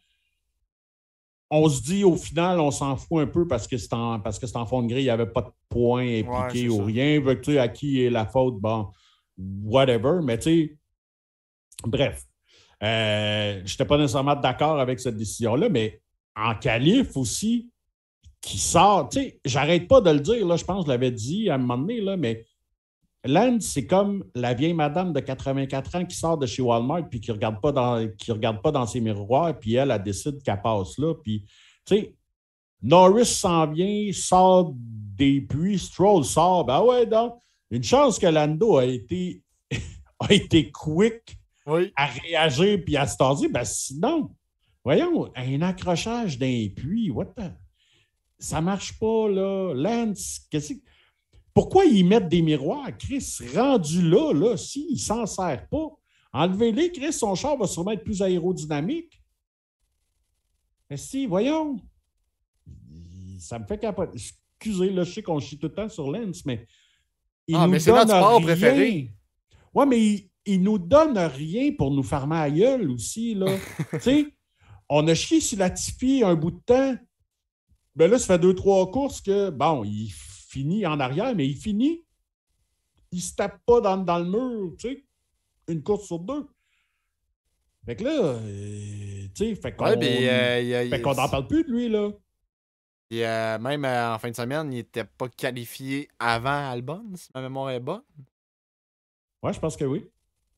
On se dit, au final, on s'en fout un peu parce que c'est en fond de grille, il n'y avait pas de points impliqués ou rien. À qui est la faute? Bon, whatever. Mais tu sais, bref. Je n'étais pas nécessairement d'accord avec cette décision-là, mais en qualif aussi, qui sort, tu sais, j'arrête pas de le dire, là, je pense que je l'avais dit à un moment donné, là, mais Lance, c'est comme la vieille madame de 84 ans qui sort de chez Walmart puis qui regarde pas dans ses miroirs, puis elle décide qu'elle passe là. Puis, tu sais, Norris s'en vient, sort des puits, Stroll sort, ben ouais, donc, Une chance que Lando a été, a été quick à réagir puis à se taser. Ben sinon, voyons, un accrochage d'un puits, ça marche pas, là. Lance, pourquoi ils mettent des miroirs? Chris, rendu là, s'il ne s'en sert pas, enlevez-les, Chris, son char va sûrement être plus aérodynamique. Mais si, voyons. Ça me fait capoter. Excusez, là, je sais qu'on chie tout le temps sur Lance, mais mais c'est notre sport préféré. Ouais, mais il nous donne rien pour nous farmer à gueule aussi, là. Tu sais, on a chié sur Latifi un bout de temps. Ben là, ça fait 2-3 courses que, bon, il finit en arrière, mais il finit. Il se tape pas dans le mur, tu sais. Une course sur 2. Fait que là, tu sais, fait qu'on n'en parle plus de lui, là. Et même en fin de semaine, il n'était pas qualifié avant Albon, si ma mémoire est bonne. Ouais, je pense que oui.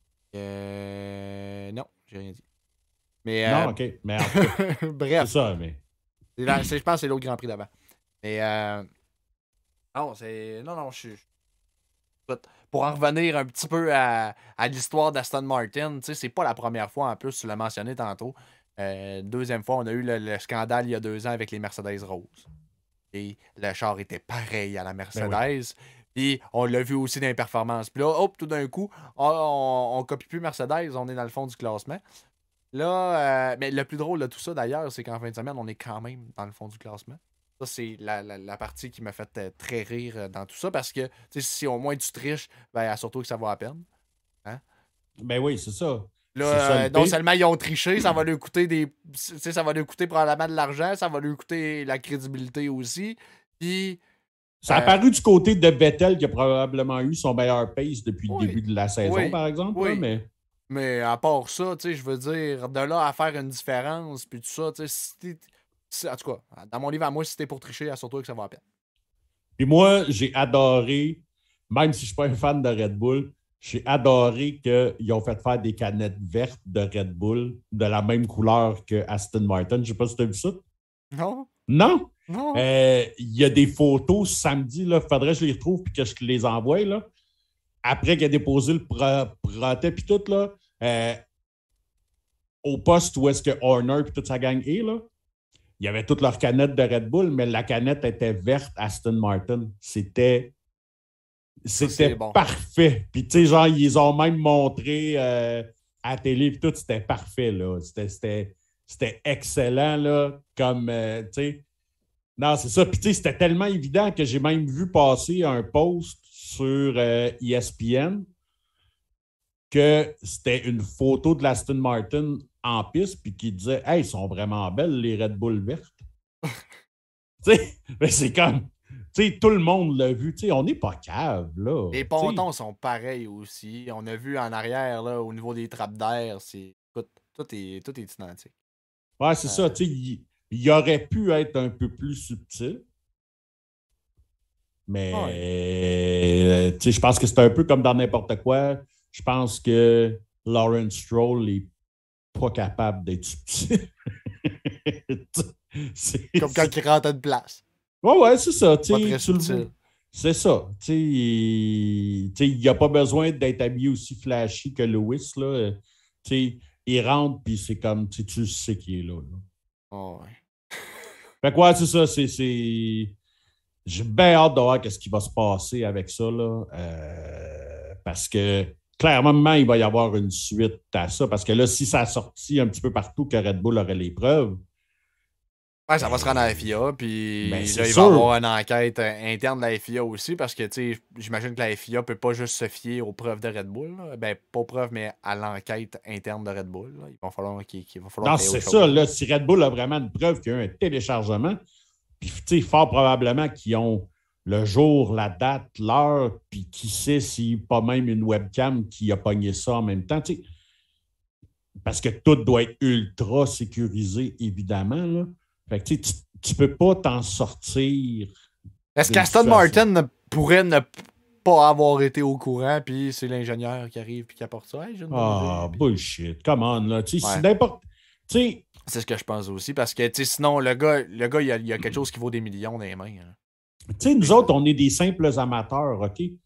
Non, j'ai rien dit. Mais, non, OK. Mais en fait, bref. C'est ça, mais... je pense que c'est l'autre Grand Prix d'avant. Mais non, je suis... Pour en revenir un petit peu à l'histoire d'Aston Martin, tu sais, c'est pas la première fois, en plus, tu l'as mentionné tantôt. Deuxième fois, on a eu le scandale il y a 2 ans avec les Mercedes roses. Et le char était pareil à la Mercedes. Ben oui. Puis on l'a vu aussi dans les performances. Puis là, hop, tout d'un coup, on copie plus Mercedes, on est dans le fond du classement. Là, mais le plus drôle de tout ça, d'ailleurs, c'est qu'en fin de semaine, on est quand même dans le fond du classement. Ça, c'est la partie qui m'a fait très rire dans tout ça, parce que si au moins tu triches, ben surtout que ça vaut à peine. Hein? Ben oui, c'est ça. Là, non seulement ils ont triché, ça va lui coûter ça va lui coûter probablement de l'argent, ça va lui coûter la crédibilité aussi. Puis. Ça a paru du côté de Vettel qui a probablement eu son meilleur pace depuis le début de la saison, par exemple. Oui. Là, mais à part ça, je veux dire, de là à faire une différence, puis tout ça, en tout cas, dans mon livre à moi, si t'es pour tricher, assure-toi que ça va à peine. Puis moi, j'ai adoré, même si je ne suis pas un fan de Red Bull, j'ai adoré qu'ils ont fait faire des canettes vertes de Red Bull de la même couleur que Aston Martin. Je ne sais pas si tu as vu ça. Non. Non? Non. Il y a des photos samedi, il faudrait que je les retrouve et que je te les envoie. Là. Après qu'il a déposé le protet puis tout, là, au poste où est-ce que Horner et toute sa gang est, là, il y avait toutes leurs canettes de Red Bull, mais la canette était verte Aston C'était bon. Parfait. Puis, tu sais, genre, ils les ont même montré à la télé, puis tout, c'était parfait, là. C'était excellent, là, comme, tu sais. Non, c'est ça. Puis, tu sais, c'était tellement évident que j'ai même vu passer un post sur ESPN que c'était une photo de l'Aston Martin en piste, puis qui disait « Hey, ils sont vraiment belles, les Red Bull vertes. » Tu sais, mais c'est comme... Tu sais, tout le monde l'a vu. Tu sais, on n'est pas cave, là. Les pontons sont pareils aussi. On a vu en arrière, là, au niveau des trappes d'air, tout est identique. Ouais, c'est ça. Tu sais, il aurait pu être un peu plus subtil. Mais, tu sais, je pense que c'est un peu comme dans n'importe quoi. Je pense que Lawrence Stroll n'est pas capable d'être subtil. Comme quand il rentre à une place. Ouais, c'est ça. C'est ça. Il n'y a pas besoin d'être habillé aussi flashy que Lewis. Là. Il rentre, puis c'est comme, tu sais qui est là. Oh, ouais. Fait quoi, c'est ça. J'ai bien hâte de voir ce qui va se passer avec ça. Là. Parce que, clairement, il va y avoir une suite à ça. Parce que là, si ça a sorti un petit peu partout que Red Bull aurait les preuves, ouais, ça va se rendre à la FIA, puis là, il va y avoir une enquête interne de la FIA aussi, parce que, tu sais, j'imagine que la FIA ne peut pas juste se fier aux preuves de Red Bull. Là. Ben, pas aux preuves, mais à l'enquête interne de Red Bull. Là. Il va falloir qu'il non, c'est ça. Là, si Red Bull a vraiment une preuve qu'il y a eu un téléchargement, puis, tu sais, fort probablement qu'ils ont le jour, la date, l'heure, puis qui sait s'il n'y a pas même une webcam qui a pogné ça en même temps, tu sais. Parce que tout doit être ultra sécurisé, évidemment, là. Fait que tu peux pas t'en sortir. Est-ce qu'Aston Martin pourrait ne pas avoir été au courant, puis c'est l'ingénieur qui arrive et qui apporte ça? Hey, bullshit. Come on, là. Tu sais, ouais. C'est n'importe... C'est ce que je pense aussi, parce que sinon, le gars il y a quelque chose qui vaut des millions dans les mains. Hein. Tu sais, nous autres, on est des simples amateurs, OK?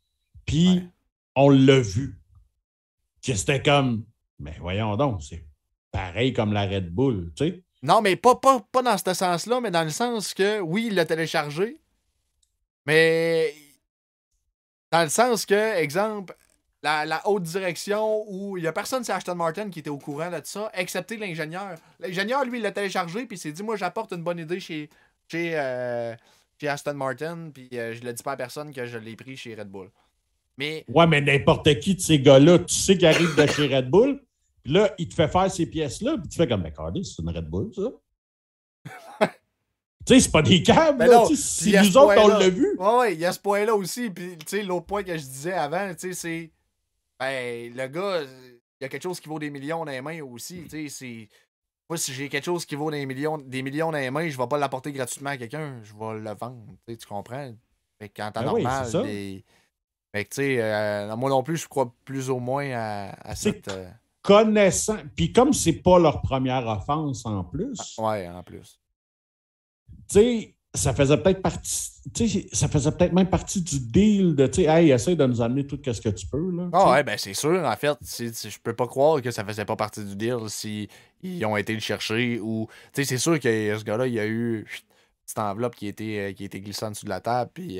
Puis, on l'a vu. Que c'était comme, mais voyons donc, c'est pareil comme la Red Bull, tu sais. Non, mais pas dans ce sens-là, mais dans le sens que, oui, il l'a téléchargé, mais dans le sens que, exemple, la haute direction où il n'y a personne chez Aston Martin qui était au courant de ça, excepté l'ingénieur. L'ingénieur, lui, il l'a téléchargé, puis il s'est dit, moi, j'apporte une bonne idée chez Aston Martin, puis je le dis pas à personne que je l'ai pris chez Red Bull. Mais... Ouais, mais n'importe qui de ces gars-là, tu sais qu'il arrive de chez Red Bull, puis là, il te fait faire ces pièces-là, puis tu fais comme, ben, regardez, c'est une Red Bull, ça. Tu sais, c'est pas des câbles, ben là. Non, Si nous autres, on l'a vu. Ouais, il y a ce point-là aussi. Puis, tu sais, l'autre point que je disais avant, tu sais, c'est. Ben, le gars, il y a quelque chose qui vaut des millions dans les mains aussi. Tu sais, c'est. Moi, si j'ai quelque chose qui vaut des millions dans les mains, je vais pas l'apporter gratuitement à quelqu'un. Je vais le vendre. Tu comprends? Fait qu'en temps normal, oui, fait que, tu sais, moi non plus, je crois plus ou moins à cette. Connaissant. Puis comme c'est pas leur première offense en plus. Ouais, en plus. Tu sais, ça faisait peut-être partie. Tu sais, ça faisait peut-être même partie du deal de, tu sais, hey, essaye de nous amener tout ce que tu peux, là. Ah ouais, ben c'est sûr, en fait. Je peux pas croire que ça faisait pas partie du deal si ils ont été le chercher ou. Tu sais, c'est sûr que ce gars-là, il y a eu cette enveloppe qui a été glissée en dessous de la table, puis.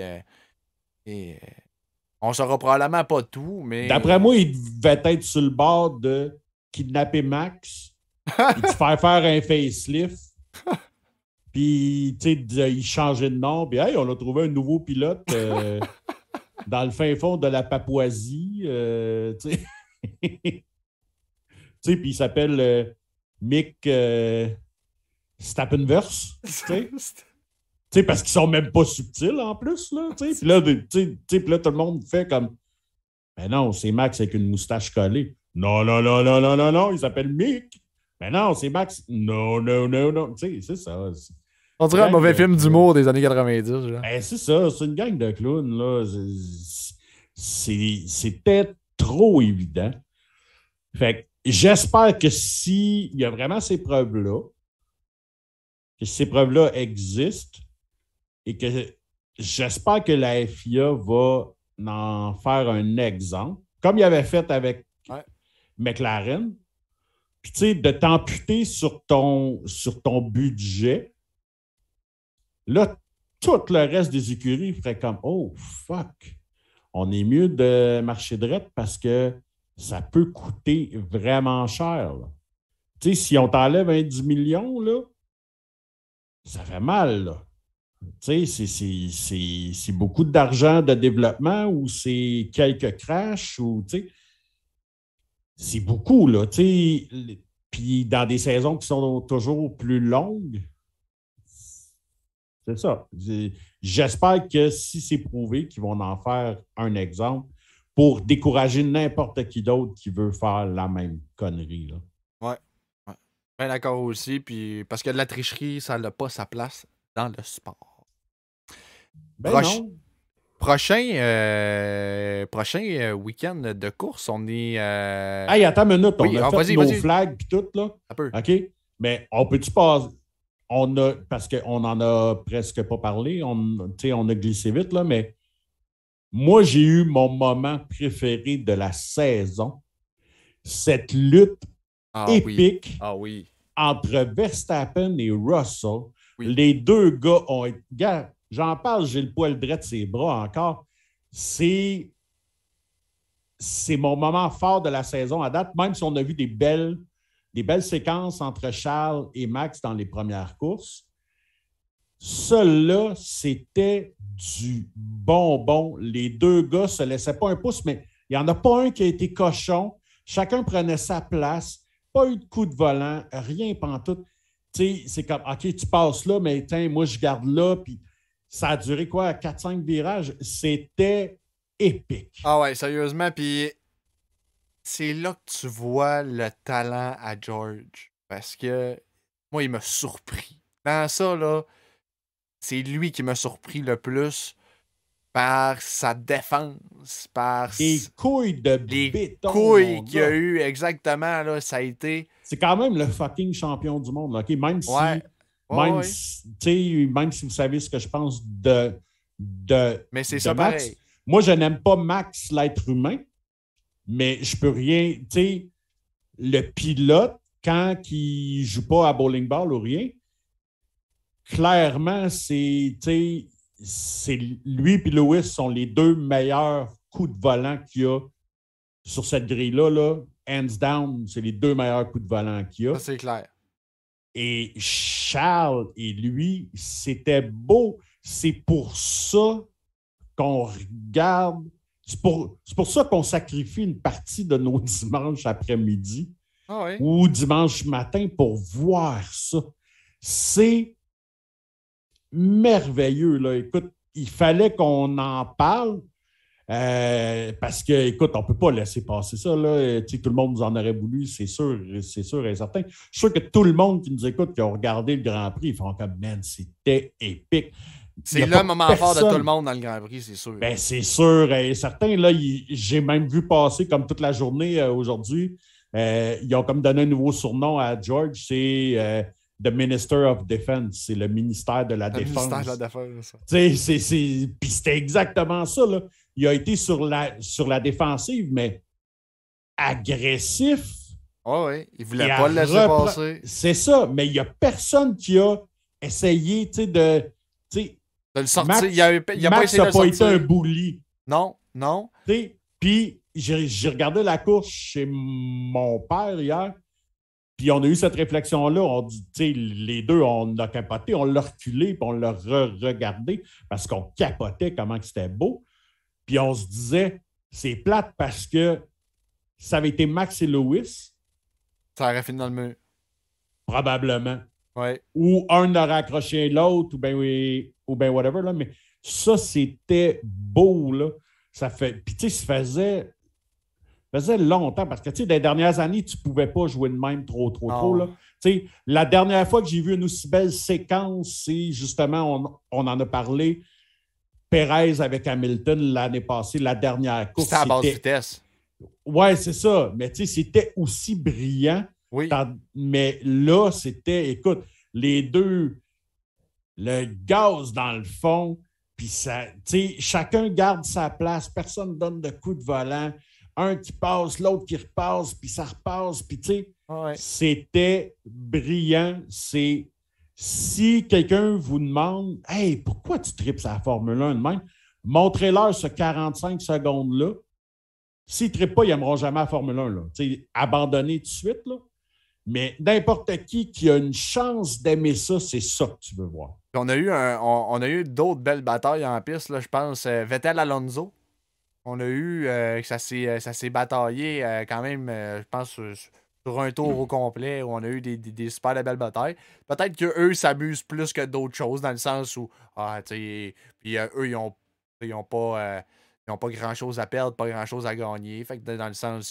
On saura probablement pas tout, mais. D'après moi, il devait être sur le bord de kidnapper Max, puis de faire un facelift. Puis, tu sais, il changeait de nom. Puis, hey, on a trouvé un nouveau pilote dans le fin fond de la Papouasie. Tu sais, puis il s'appelle Mick Stappenverse. Tu sais, parce qu'ils sont même pas subtils en plus. Là, puis là, là, tout le monde fait comme, mais non, c'est Max avec une moustache collée. Non, non, non, non, non, non, non, il s'appelle Mick. Mais non, c'est Max. Non, non, non, non. Tu sais, c'est ça. On dirait un mauvais film d'humour des années 90. Genre. Ben, c'est ça, c'est une gang de clowns, là. C'était trop évident. Fait que j'espère que s'il y a vraiment ces preuves-là, que ces preuves-là existent, et que j'espère que la FIA va en faire un exemple, comme il avait fait avec McLaren. Puis, tu sais, de t'amputer sur ton budget. Là, tout le reste des écuries ferait comme « Oh, fuck! On est mieux de marcher droit parce que ça peut coûter vraiment cher. » Tu sais, si on t'enlève 10 millions, là, ça fait mal, là. Tu sais, c'est beaucoup d'argent de développement ou c'est quelques crashs ou, tu sais, c'est beaucoup, là. Tu sais, puis dans des saisons qui sont toujours plus longues, c'est ça. J'espère que si c'est prouvé, qu'ils vont en faire un exemple pour décourager n'importe qui d'autre qui veut faire la même connerie. Là. Ouais. Bien d'accord aussi. Puis parce que de la tricherie, ça n'a pas sa place dans le sport. Non. Prochain week-end de course, on est. Hey, attends une minute. Oui, on a fait nos flags et tout, là. Un peu. OK? Mais on peut-tu passer. Parce qu'on n'en a presque pas parlé, on a glissé vite, là, mais moi, j'ai eu mon moment préféré de la saison. Cette lutte épique entre Verstappen et Russell. Oui. Les deux gars ont été. Gars, j'en parle, j'ai le poil droit de ses bras encore. C'est mon moment fort de la saison à date, même si on a vu des belles séquences entre Charles et Max dans les premières courses. Cela, c'était du bonbon. Les deux gars ne se laissaient pas un pouce, mais il n'y en a pas un qui a été cochon. Chacun prenait sa place. Pas eu de coup de volant, rien pantoute. Tu sais, c'est comme, OK, tu passes là, mais tiens, moi, je garde là. Puis ça a duré quoi, 4-5 virages? C'était épique. Ah ouais, sérieusement. Puis c'est là que tu vois le talent à George. Parce que moi, il m'a surpris. Dans ça, là, c'est lui qui m'a surpris le plus par sa défense, par les couilles de béton. Les couilles qu'il y a eu, exactement, là, ça a été... C'est quand même le fucking champion du monde, là, OK? Même si... Même si vous savez ce que je pense de mais c'est ça Max, pareil. moi, je n'aime pas Max, l'être humain, mais je peux rien. Tu sais, le pilote, quand il ne joue pas à bowling ball ou rien, clairement, c'est lui et Lewis sont les deux meilleurs coups de volant qu'il y a sur cette grille-là. Là. Hands down, c'est les deux meilleurs coups de volant qu'il y a. Ça, c'est clair. Et Charles et lui, c'était beau. C'est pour ça qu'on regarde. C'est pour ça qu'on sacrifie une partie de nos dimanches après-midi ou dimanche matin pour voir ça. C'est merveilleux. Là. Écoute, il fallait qu'on en parle parce que, écoute, on ne peut pas laisser passer ça. Là. Tout le monde nous en aurait voulu, c'est sûr et certain. Je suis sûr que tout le monde qui nous écoute, qui a regardé le Grand Prix, ils font comme, man, c'était épique. C'est le moment fort de tout le monde dans le Grand Prix, c'est sûr. Ben, c'est sûr et certain. Là, j'ai même vu passer, comme toute la journée aujourd'hui, ils ont comme donné un nouveau surnom à George, c'est The Minister of Defense. C'est le ministère de la Défense. Le ministère de la Défense. Puis c'était exactement ça. Là. Il a été sur la défensive, mais agressif. Oui, il ne voulait pas le laisser passer. C'est ça, mais il n'y a personne qui a essayé de le sortir. Max, il a pas essayé de le sortir. Pas été un bully. Non. Puis j'ai regardé la course chez mon père hier, puis on a eu cette réflexion-là. On dit, les deux, on a capoté, on l'a reculé, puis on l'a regardé parce qu'on capotait comment c'était beau. Puis on se disait, c'est plate parce que ça avait été Max et Lewis. Ça aurait fini dans le mur. Probablement. Ouais. Ou un aurait accroché l'autre, ou bien whatever. Là. Mais ça, c'était beau. Là. Ça fait. Puis, tu sais, ça faisait longtemps parce que, tu sais, dans les dernières années, tu ne pouvais pas jouer de même trop. Là. Tu sais, la dernière fois que j'ai vu une aussi belle séquence, c'est justement, on en a parlé, Perez avec Hamilton l'année passée, la dernière course. C'était à basse vitesse. Oui, c'est ça. Mais, tu sais, c'était aussi brillant. Oui. Mais là, c'était, écoute, les deux, le gaz dans le fond, puis ça, tu sais, chacun garde sa place, personne ne donne de coups de volant, un qui passe, l'autre qui repasse, puis ça repasse, puis tu sais, c'était brillant. Si quelqu'un vous demande, hey, pourquoi tu tripes la Formule 1 de même? Montrez-leur ce 45 secondes-là. S'ils ne trippent pas, ils n'aimeront jamais la Formule 1. Là. Abandonner tout de suite, là. Mais n'importe qui a une chance d'aimer ça, c'est ça que tu veux voir. On a eu d'autres belles batailles en piste, là, je pense. Vettel-Alonso. On a eu ça s'est bataillé quand même, je pense, sur un tour au complet, où on a eu des super belles batailles. Peut-être qu'eux s'amusent plus que d'autres choses, dans le sens où, puis eux, ils n'ont pas grand-chose à perdre, pas grand-chose à gagner. Fait que dans le sens,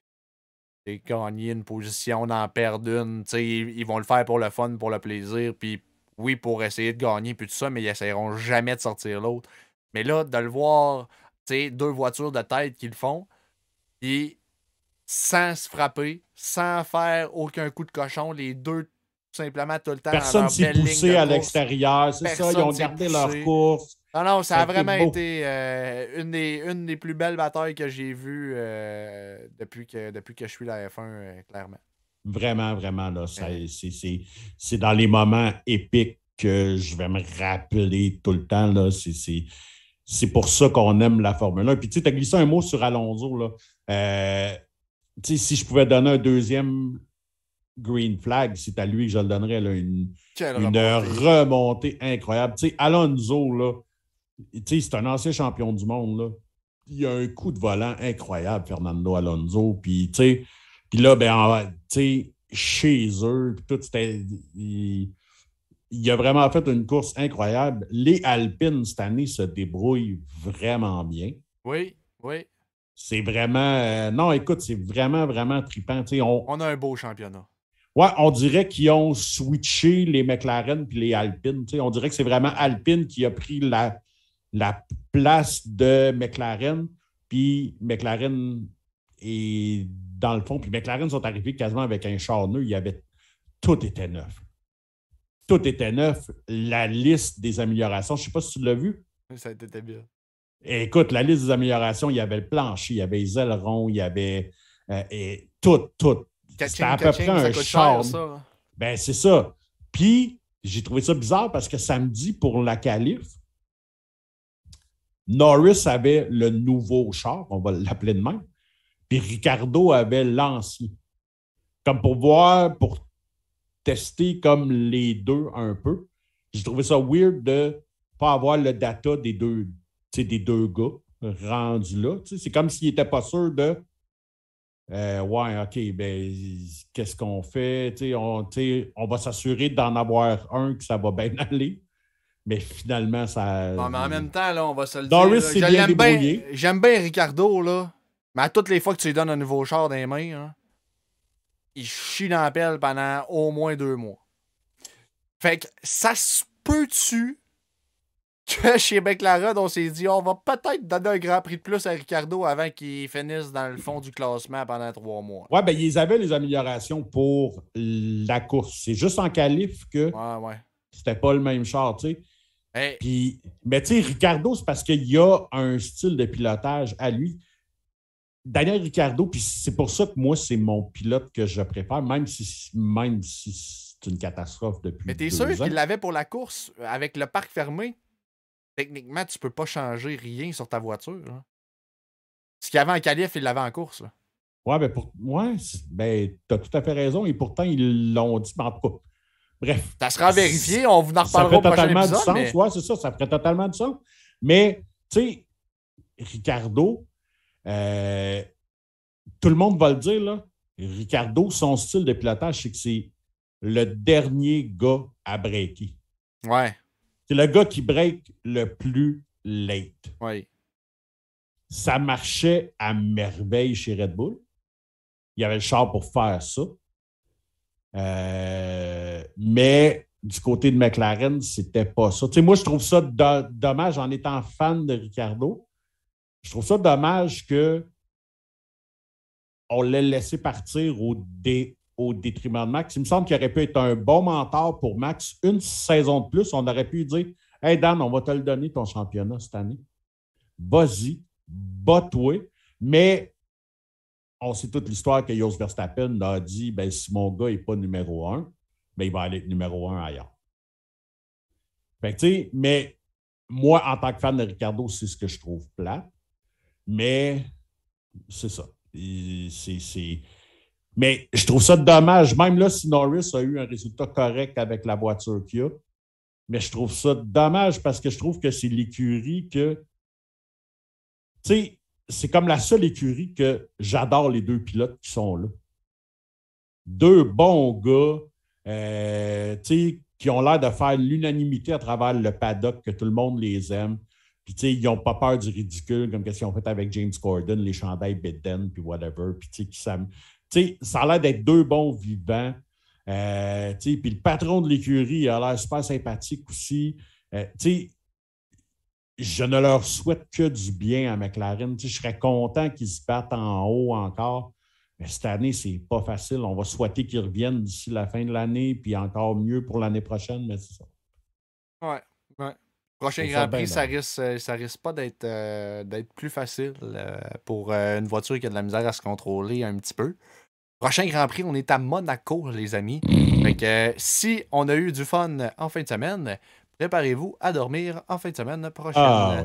gagner une position, en perdre une, ils vont le faire pour le fun, pour le plaisir, puis oui, pour essayer de gagner, puis tout ça, mais ils essaieront jamais de sortir l'autre. Mais là, de le voir, deux voitures de tête qui le font, puis sans se frapper, sans faire aucun coup de cochon, les deux, tout simplement, tout le temps. Personne s'est poussé à l'extérieur, c'est ça, ils ont gardé leur course. Non, ça a vraiment été une des plus belles batailles que j'ai vues depuis que je suis la F1, clairement. Vraiment, vraiment, là. C'est dans les moments épiques que je vais me rappeler tout le temps, là. C'est pour ça qu'on aime la Formule 1. Puis, tu sais, tu as glissé un mot sur Alonso, là. Tu sais, si je pouvais donner un deuxième green flag, c'est à lui que je le donnerais, là, une remontée incroyable. Tu sais, Alonso, là, tu sais, c'est un ancien champion du monde, là. Il a un coup de volant incroyable, Fernando Alonso. Puis, tu sais, là, ben, tu sais, chez eux, puis tout, c'était... Il a vraiment fait une course incroyable. Les Alpines, cette année, se débrouillent vraiment bien. Oui. C'est vraiment... non, écoute, c'est vraiment, vraiment trippant. On a un beau championnat. Ouais, on dirait qu'ils ont switché les McLaren puis les Alpines. On dirait que c'est vraiment Alpine qui a pris la place de McLaren, puis McLaren est dans le fond. Puis McLaren sont arrivés quasiment avec un char neuf. Tout était neuf. Tout était neuf. La liste des améliorations, je ne sais pas si tu l'as vu. Ça a été bien. Écoute, la liste des améliorations, il y avait le plancher, il y avait les ailerons, il y avait tout. C'était à peu près un char. Ça. Ben, c'est ça. Puis, j'ai trouvé ça bizarre parce que samedi, pour la qualif, Norris avait le nouveau char, on va l'appeler de même, puis Ricardo avait l'ancien. Comme pour tester comme les deux un peu. J'ai trouvé ça weird de ne pas avoir le data des deux gars rendus là. C'est comme s'ils n'étaient pas sûrs de ouais, OK, ben qu'est-ce qu'on fait? On va s'assurer d'en avoir un que ça va bien aller. Mais finalement, ça. Non, mais en même temps, là, on va se le Norris dire. s'est bien débrouillé. J'aime bien Ricardo, là. Mais à toutes les fois que tu lui donnes un nouveau char dans les mains, hein, il chie dans la pelle pendant au moins 2 mois. Fait que ça se peut-tu que chez McLaren, on s'est dit on va peut-être donner un grand prix de plus à Ricardo avant qu'il finisse dans le fond du classement pendant 3 mois. Ouais, ben ils avaient les améliorations pour la course. C'est juste en qualif que c'était pas le même char, tu sais. Hey. Puis, mais tu sais, Ricardo, c'est parce qu'il y a un style de pilotage à lui. Daniel Ricciardo, puis c'est pour ça que moi, c'est mon pilote que je préfère, même si c'est une catastrophe depuis 2 ans. Mais t'es sûr qu'il l'avait pour la course avec le parc fermé? Techniquement, tu peux pas changer rien sur ta voiture. Hein. Ce qu'il y avait en qualif, il l'avait en course. Là. Ben, t'as tout à fait raison. Et pourtant, ils l'ont dit, mais en tout cas. Bref. Ça sera vérifié, on vous en reparlera au prochain épisode. Ça ferait totalement du sens. Ouais, c'est ça ferait totalement du sens. Mais, tu sais, Ricardo, tout le monde va le dire, là. Ricardo, son style de pilotage, c'est que c'est le dernier gars à breaker. Ouais. C'est le gars qui break le plus late. Oui. Ça marchait à merveille chez Red Bull. Il y avait le char pour faire ça. Mais du côté de McLaren, c'était pas ça. Tu sais, moi, je trouve ça dommage en étant fan de Ricardo. Je trouve ça dommage qu'on l'ait laissé partir au détriment de Max. Il me semble qu'il aurait pu être un bon mentor pour Max. Une saison de plus, on aurait pu lui dire Hey Dan, on va te le donner ton championnat cette année. Vas-y, bats-toi. Mais on sait toute l'histoire que Jos Verstappen a dit ben, si mon gars n'est pas numéro 1, ben, il va aller être numéro 1 ailleurs. Fait que, mais moi, en tant que fan de Ricardo, c'est ce que je trouve plate. Mais c'est ça. Mais je trouve ça dommage. Même là, si Norris a eu un résultat correct avec la voiture qu'il a, mais je trouve ça dommage parce que je trouve que c'est l'écurie que. Tu sais, c'est comme la seule écurie que j'adore les 2 pilotes qui sont là. 2 bons gars, qui ont l'air de faire l'unanimité à travers le paddock, que tout le monde les aime. Puis, tu sais, ils n'ont pas peur du ridicule, comme ce qu'ils ont fait avec James Corden, les chandails Biden, puis whatever. Puis, tu sais, ça a l'air d'être 2 bons vivants. Puis, le patron de l'écurie a l'air super sympathique aussi. Tu sais, je ne leur souhaite que du bien à McLaren. Tu sais, je serais content qu'ils se battent en haut encore. Mais cette année, c'est pas facile. On va souhaiter qu'ils reviennent d'ici la fin de l'année, puis encore mieux pour l'année prochaine, mais c'est ça. Ouais. Prochain Grand Prix, ça risque pas d'être plus facile pour une voiture qui a de la misère à se contrôler un petit peu. Prochain Grand Prix, on est à Monaco, les amis. Fait que si on a eu du fun en fin de semaine, préparez-vous à dormir en fin de semaine prochaine.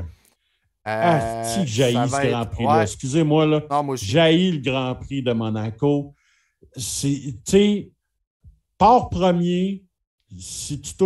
Si j'ai haï ce Grand Prix-là. Excusez-moi, là. Non, moi aussi. J'ai haï le Grand Prix de Monaco. Tu sais, pars premier, si tu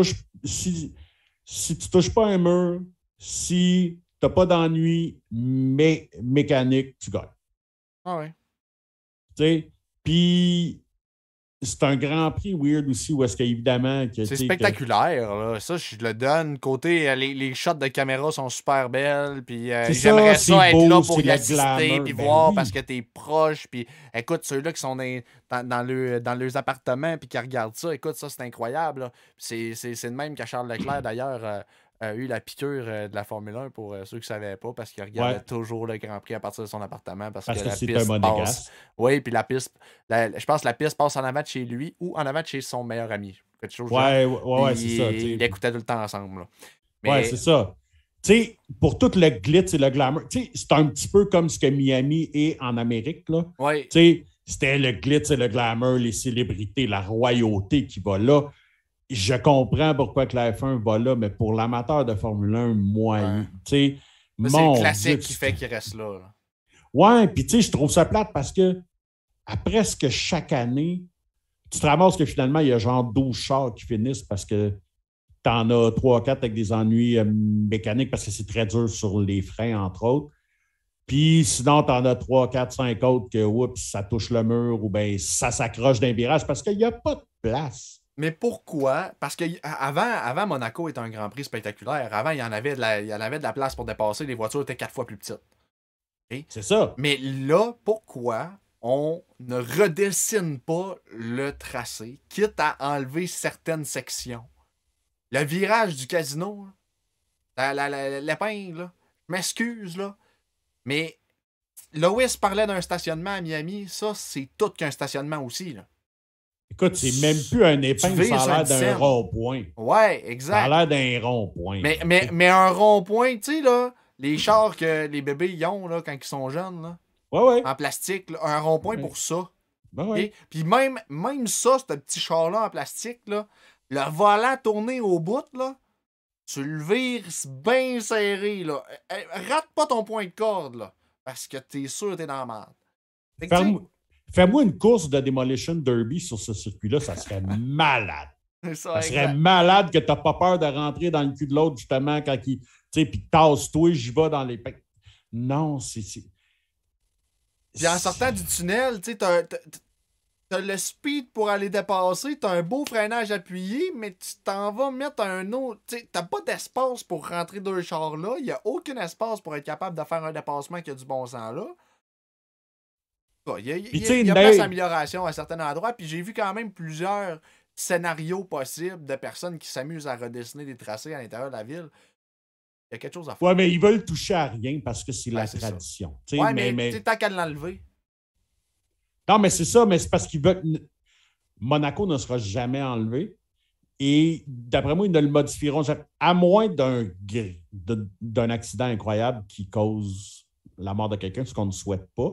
touches pas un mur, si tu n'as pas d'ennui mécanique, tu gagnes. Ah ouais. Tu sais, puis c'est un Grand Prix weird aussi où est-ce qu'évidemment... C'est spectaculaire, là. Ça, je le donne. Côté, les shots de caméra sont super belles, puis j'aimerais ça être beau, là pour y assister, puis voir parce que t'es proche, puis écoute, ceux-là qui sont dans leurs appartements, puis qui regardent ça, écoute, ça, c'est incroyable. C'est le même qu'à Charles Leclerc, d'ailleurs, a eu la piqûre de la Formule 1 pour ceux qui ne savaient pas, parce qu'il regardait toujours le Grand Prix à partir de son appartement, parce que la piste passe. Oui, puis la piste, je pense que la piste passe en avant de chez lui ou en avant de chez son meilleur ami. Quelque chose ouais, c'est ça. Ils écoutaient tout le temps ensemble. Là. Mais, c'est ça. sais, pour tout le glitz et le glamour, tu sais, c'est un petit peu comme ce que Miami est en Amérique, là. Oui. Tu sais, c'était le glitz et le glamour, les célébrités, la royauté qui va là. Je comprends pourquoi que la F1 va là, mais pour l'amateur de Formule 1, moyen. Tu sais, c'est le classique qui fait qu'il reste là. Ouais, puis tu sais, je trouve ça plate parce que à presque chaque année, tu te ramasses que finalement, il y a genre 12 chars qui finissent parce que tu en as 3 ou 4 avec des ennuis mécaniques parce que c'est très dur sur les freins, entre autres. Puis sinon, tu en as 3, 4, 5 autres que oups, ça touche le mur ou bien ça s'accroche d'un virage parce qu'il n'y a pas de place. Mais pourquoi? Parce que avant Monaco était un Grand Prix spectaculaire. Avant, il y en avait de la place pour dépasser. Les voitures étaient 4 fois plus petites. Okay? C'est ça. Mais là, pourquoi on ne redessine pas le tracé, quitte à enlever certaines sections? Le virage du casino, l'épingle, là, je m'excuse, là, mais Lois parlait d'un stationnement à Miami. Ça, c'est tout qu'un stationnement aussi, là. Écoute, c'est même plus un épingle, ça a l'air d'un rond-point. Ouais, exact. Ça a l'air d'un rond-point. Mais un rond-point, tu sais, là, les chars que les bébés y ont là, quand ils sont jeunes, là, ouais. en plastique, là, un rond-point pour ça. Ouais. Puis même ça, ce petit char-là en plastique, là, le volant tourné au bout, là, tu le vires bien serré, là. Rate pas ton point de corde, là, parce que t'es sûr que t'es dans la merde. Fais-moi une course de Demolition Derby sur ce circuit-là, ça serait malade. Ça serait malade que tu n'as pas peur de rentrer dans le cul de l'autre, justement, quand il. Tu sais, puis tasse-toi, j'y vais dans les. Non, c'est. Puis en sortant du tunnel, tu sais, t'as le speed pour aller dépasser, t'as un beau freinage appuyé, mais tu t'en vas mettre un autre. Tu sais, t'as pas d'espace pour rentrer deux chars là, il n'y a aucun espace pour être capable de faire un dépassement qui a du bon sens là. Il y a place d'amélioration à certains endroits, puis j'ai vu quand même plusieurs scénarios possibles de personnes qui s'amusent à redessiner des tracés à l'intérieur de la ville. Il y a quelque chose à faire. Ouais, mais ils veulent toucher à rien parce que c'est la tradition. Ouais, mais tant qu'à l'enlever. Non, mais c'est ça, mais c'est parce qu'ils veulent. Monaco ne sera jamais enlevé. Et d'après moi, ils ne le modifieront jamais, à moins d'un accident incroyable qui cause la mort de quelqu'un, ce qu'on ne souhaite pas.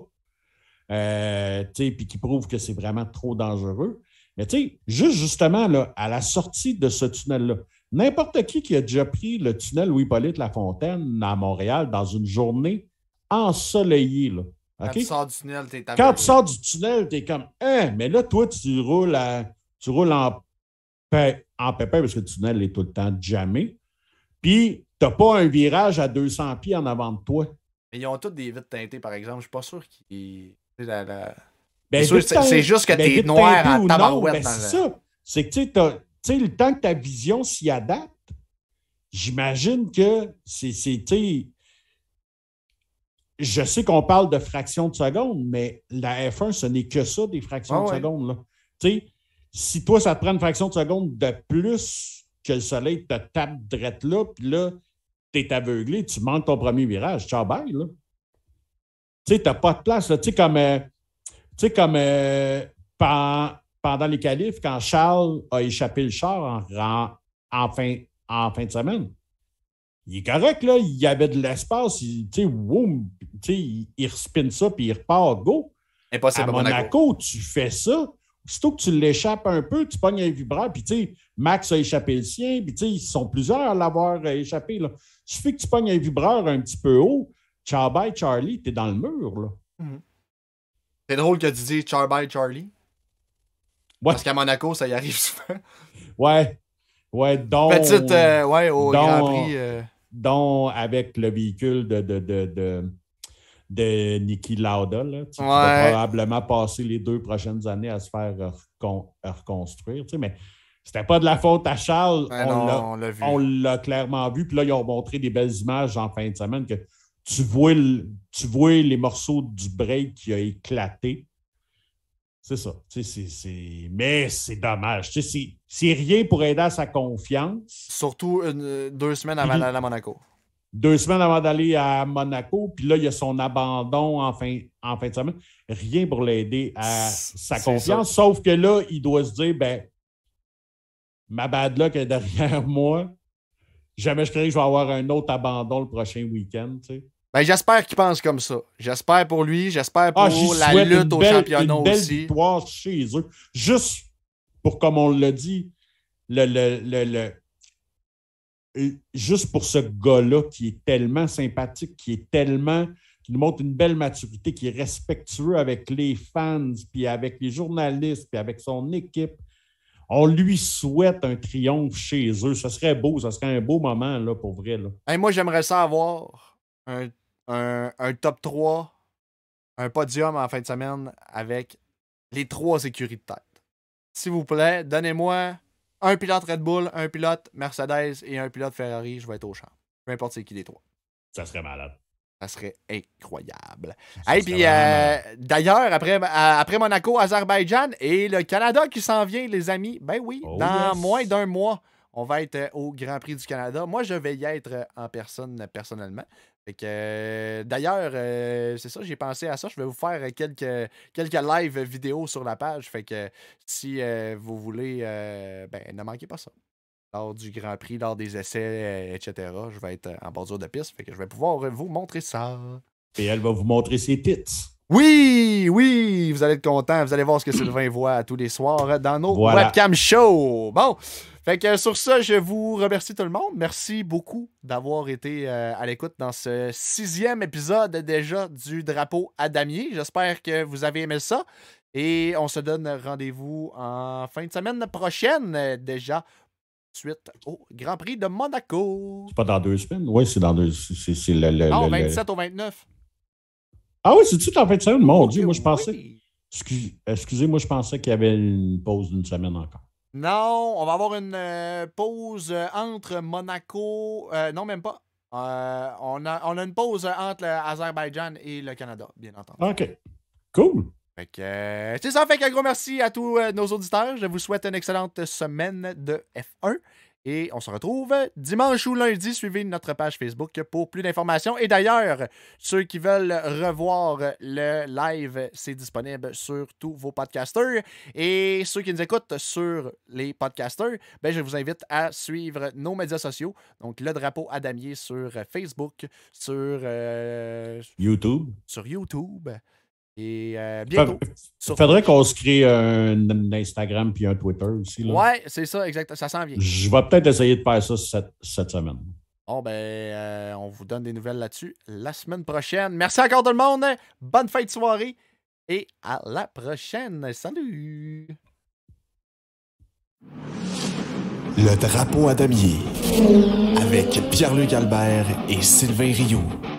Puis qui prouve que c'est vraiment trop dangereux. Mais justement, là, à la sortie de ce tunnel-là, n'importe qui a déjà pris le tunnel Louis-Hippolyte Lafontaine à Montréal dans une journée ensoleillée, là. Quand okay? tu sors du tunnel, t'es Quand tu sors du tunnel, t'es comme mais là, toi, tu roules en pépin parce que le tunnel est tout le temps jammé. Puis, t'as pas un virage à 200 pieds en avant de toi. Mais ils ont toutes des vitres teintées, par exemple. Je suis pas sûr qu'ils. C'est juste que t'es noir en tabarouette. C'est ça. C'est que tu sais, le temps que ta vision s'y adapte, j'imagine que c'est je sais qu'on parle de fractions de seconde, mais la F1, ce n'est que ça, des fractions de seconde. Là. Si toi, ça te prend une fraction de seconde de plus que le soleil te tape drette là, puis là, t'es aveuglé, tu manques ton premier virage. Ciao, bye, là. Tu sais, t'as pas de place, là. Tu sais, comme pendant les qualifs, quand Charles a échappé le char en fin de semaine, il est correct, là. Il y avait de l'espace. Il respine ça, puis il repart, go. Impossible à Monaco, tu fais ça. Surtout que tu l'échappes un peu, tu pognes un vibreur, puis Max a échappé le sien, puis ils sont plusieurs à l'avoir échappé. Là. Il suffit que tu pognes un vibreur un petit peu haut, ciao bye Charlie, t'es dans le mur. Là. Mm-hmm. C'est drôle que tu dis ciao bye Charlie. Ouais. Parce qu'à Monaco, ça y arrive souvent. Ouais, donc... Petite, au Grand Prix... dont avec le véhicule de Niki Lauda, là, qui va probablement passer les 2 prochaines années à se faire reconstruire. Mais c'était pas de la faute à Charles. On l'a clairement vu. Puis là, ils ont montré des belles images en fin de semaine que tu vois les morceaux du break qui a éclaté. C'est ça. Mais c'est dommage. C'est rien pour aider à sa confiance. Surtout 2 semaines avant d'aller à Monaco. 2 semaines avant d'aller à Monaco, puis là, il y a son abandon en fin de semaine. Rien pour l'aider à sa confiance, sauf que là, il doit se dire, ma bad luck est derrière moi. jamais je croyais que je vais avoir un autre abandon le prochain week-end. Tu sais. Ben, j'espère qu'il pense comme ça. J'espère pour lui, j'espère pour la lutte au championnat une belle aussi. Victoire chez eux. Juste pour, comme on l'a dit, juste pour ce gars-là qui est tellement sympathique, qui nous montre une belle maturité, qui est respectueux avec les fans, puis avec les journalistes, puis avec son équipe. On lui souhaite un triomphe chez eux. Ce serait beau, ce serait un beau moment là, pour vrai. Là. Hey, moi, j'aimerais ça avoir un top 3, un podium en fin de semaine avec les 3 écuries de tête. S'il vous plaît, donnez-moi un pilote Red Bull, un pilote Mercedes et un pilote Ferrari. Je vais être au champ. Peu importe c'est qui les 3. Ça serait malade. Ça serait incroyable. Et puis, d'ailleurs, après Monaco, Azerbaïdjan et le Canada qui s'en vient, les amis, ben oui, dans moins d'un mois, on va être au Grand Prix du Canada. Moi, je vais y être en personne, personnellement. Fait que, d'ailleurs, c'est ça, j'ai pensé à ça. Je vais vous faire quelques live vidéos sur la page. Fait que si vous voulez, ne manquez pas ça. Lors du Grand Prix, lors des essais, etc. Je vais être en bordure de piste, fait que je vais pouvoir vous montrer ça. Et elle va vous montrer ses tits. Oui, vous allez être contents. Vous allez voir ce que Sylvain voit tous les soirs dans nos webcam shows. Bon, fait que sur ça, je vous remercie tout le monde. Merci beaucoup d'avoir été à l'écoute dans ce 6e épisode déjà du Drapeau à damier. J'espère que vous avez aimé ça. Et on se donne rendez-vous en fin de semaine prochaine déjà. Suite au Grand Prix de Monaco. C'est pas dans 2 semaines? Oui, c'est dans 2. C'est non, 27 au 29. Ah oui, c'est tout en fin de semaine? Mon Dieu, moi je pensais. Oui. Excusez, moi je pensais qu'il y avait une pause d'une semaine encore. Non, on va avoir une pause entre Monaco. Non, même pas. On a une pause entre l'Azerbaïdjan et le Canada, bien entendu. OK. Cool. Fait que, c'est ça, fait qu'un gros merci à tous nos auditeurs. Je vous souhaite une excellente semaine de F1. Et on se retrouve dimanche ou lundi. Suivez notre page Facebook pour plus d'informations. Et d'ailleurs, ceux qui veulent revoir le live, c'est disponible sur tous vos podcasters. Et ceux qui nous écoutent sur les podcasters, ben, je vous invite à suivre nos médias sociaux. Donc, le Drapeau à damier sur Facebook, sur YouTube. Sur YouTube. Et bientôt. Il faudrait qu'on se crée un Instagram puis un Twitter aussi. Là. Ouais, c'est ça, exact. Ça s'en vient. Je vais peut-être essayer de faire ça cette semaine. Bon, on vous donne des nouvelles là-dessus la semaine prochaine. Merci encore tout le monde. Bonne fin de soirée et à la prochaine. Salut! Le Drapeau à damier avec Pierre-Luc Albert et Sylvain Rioux.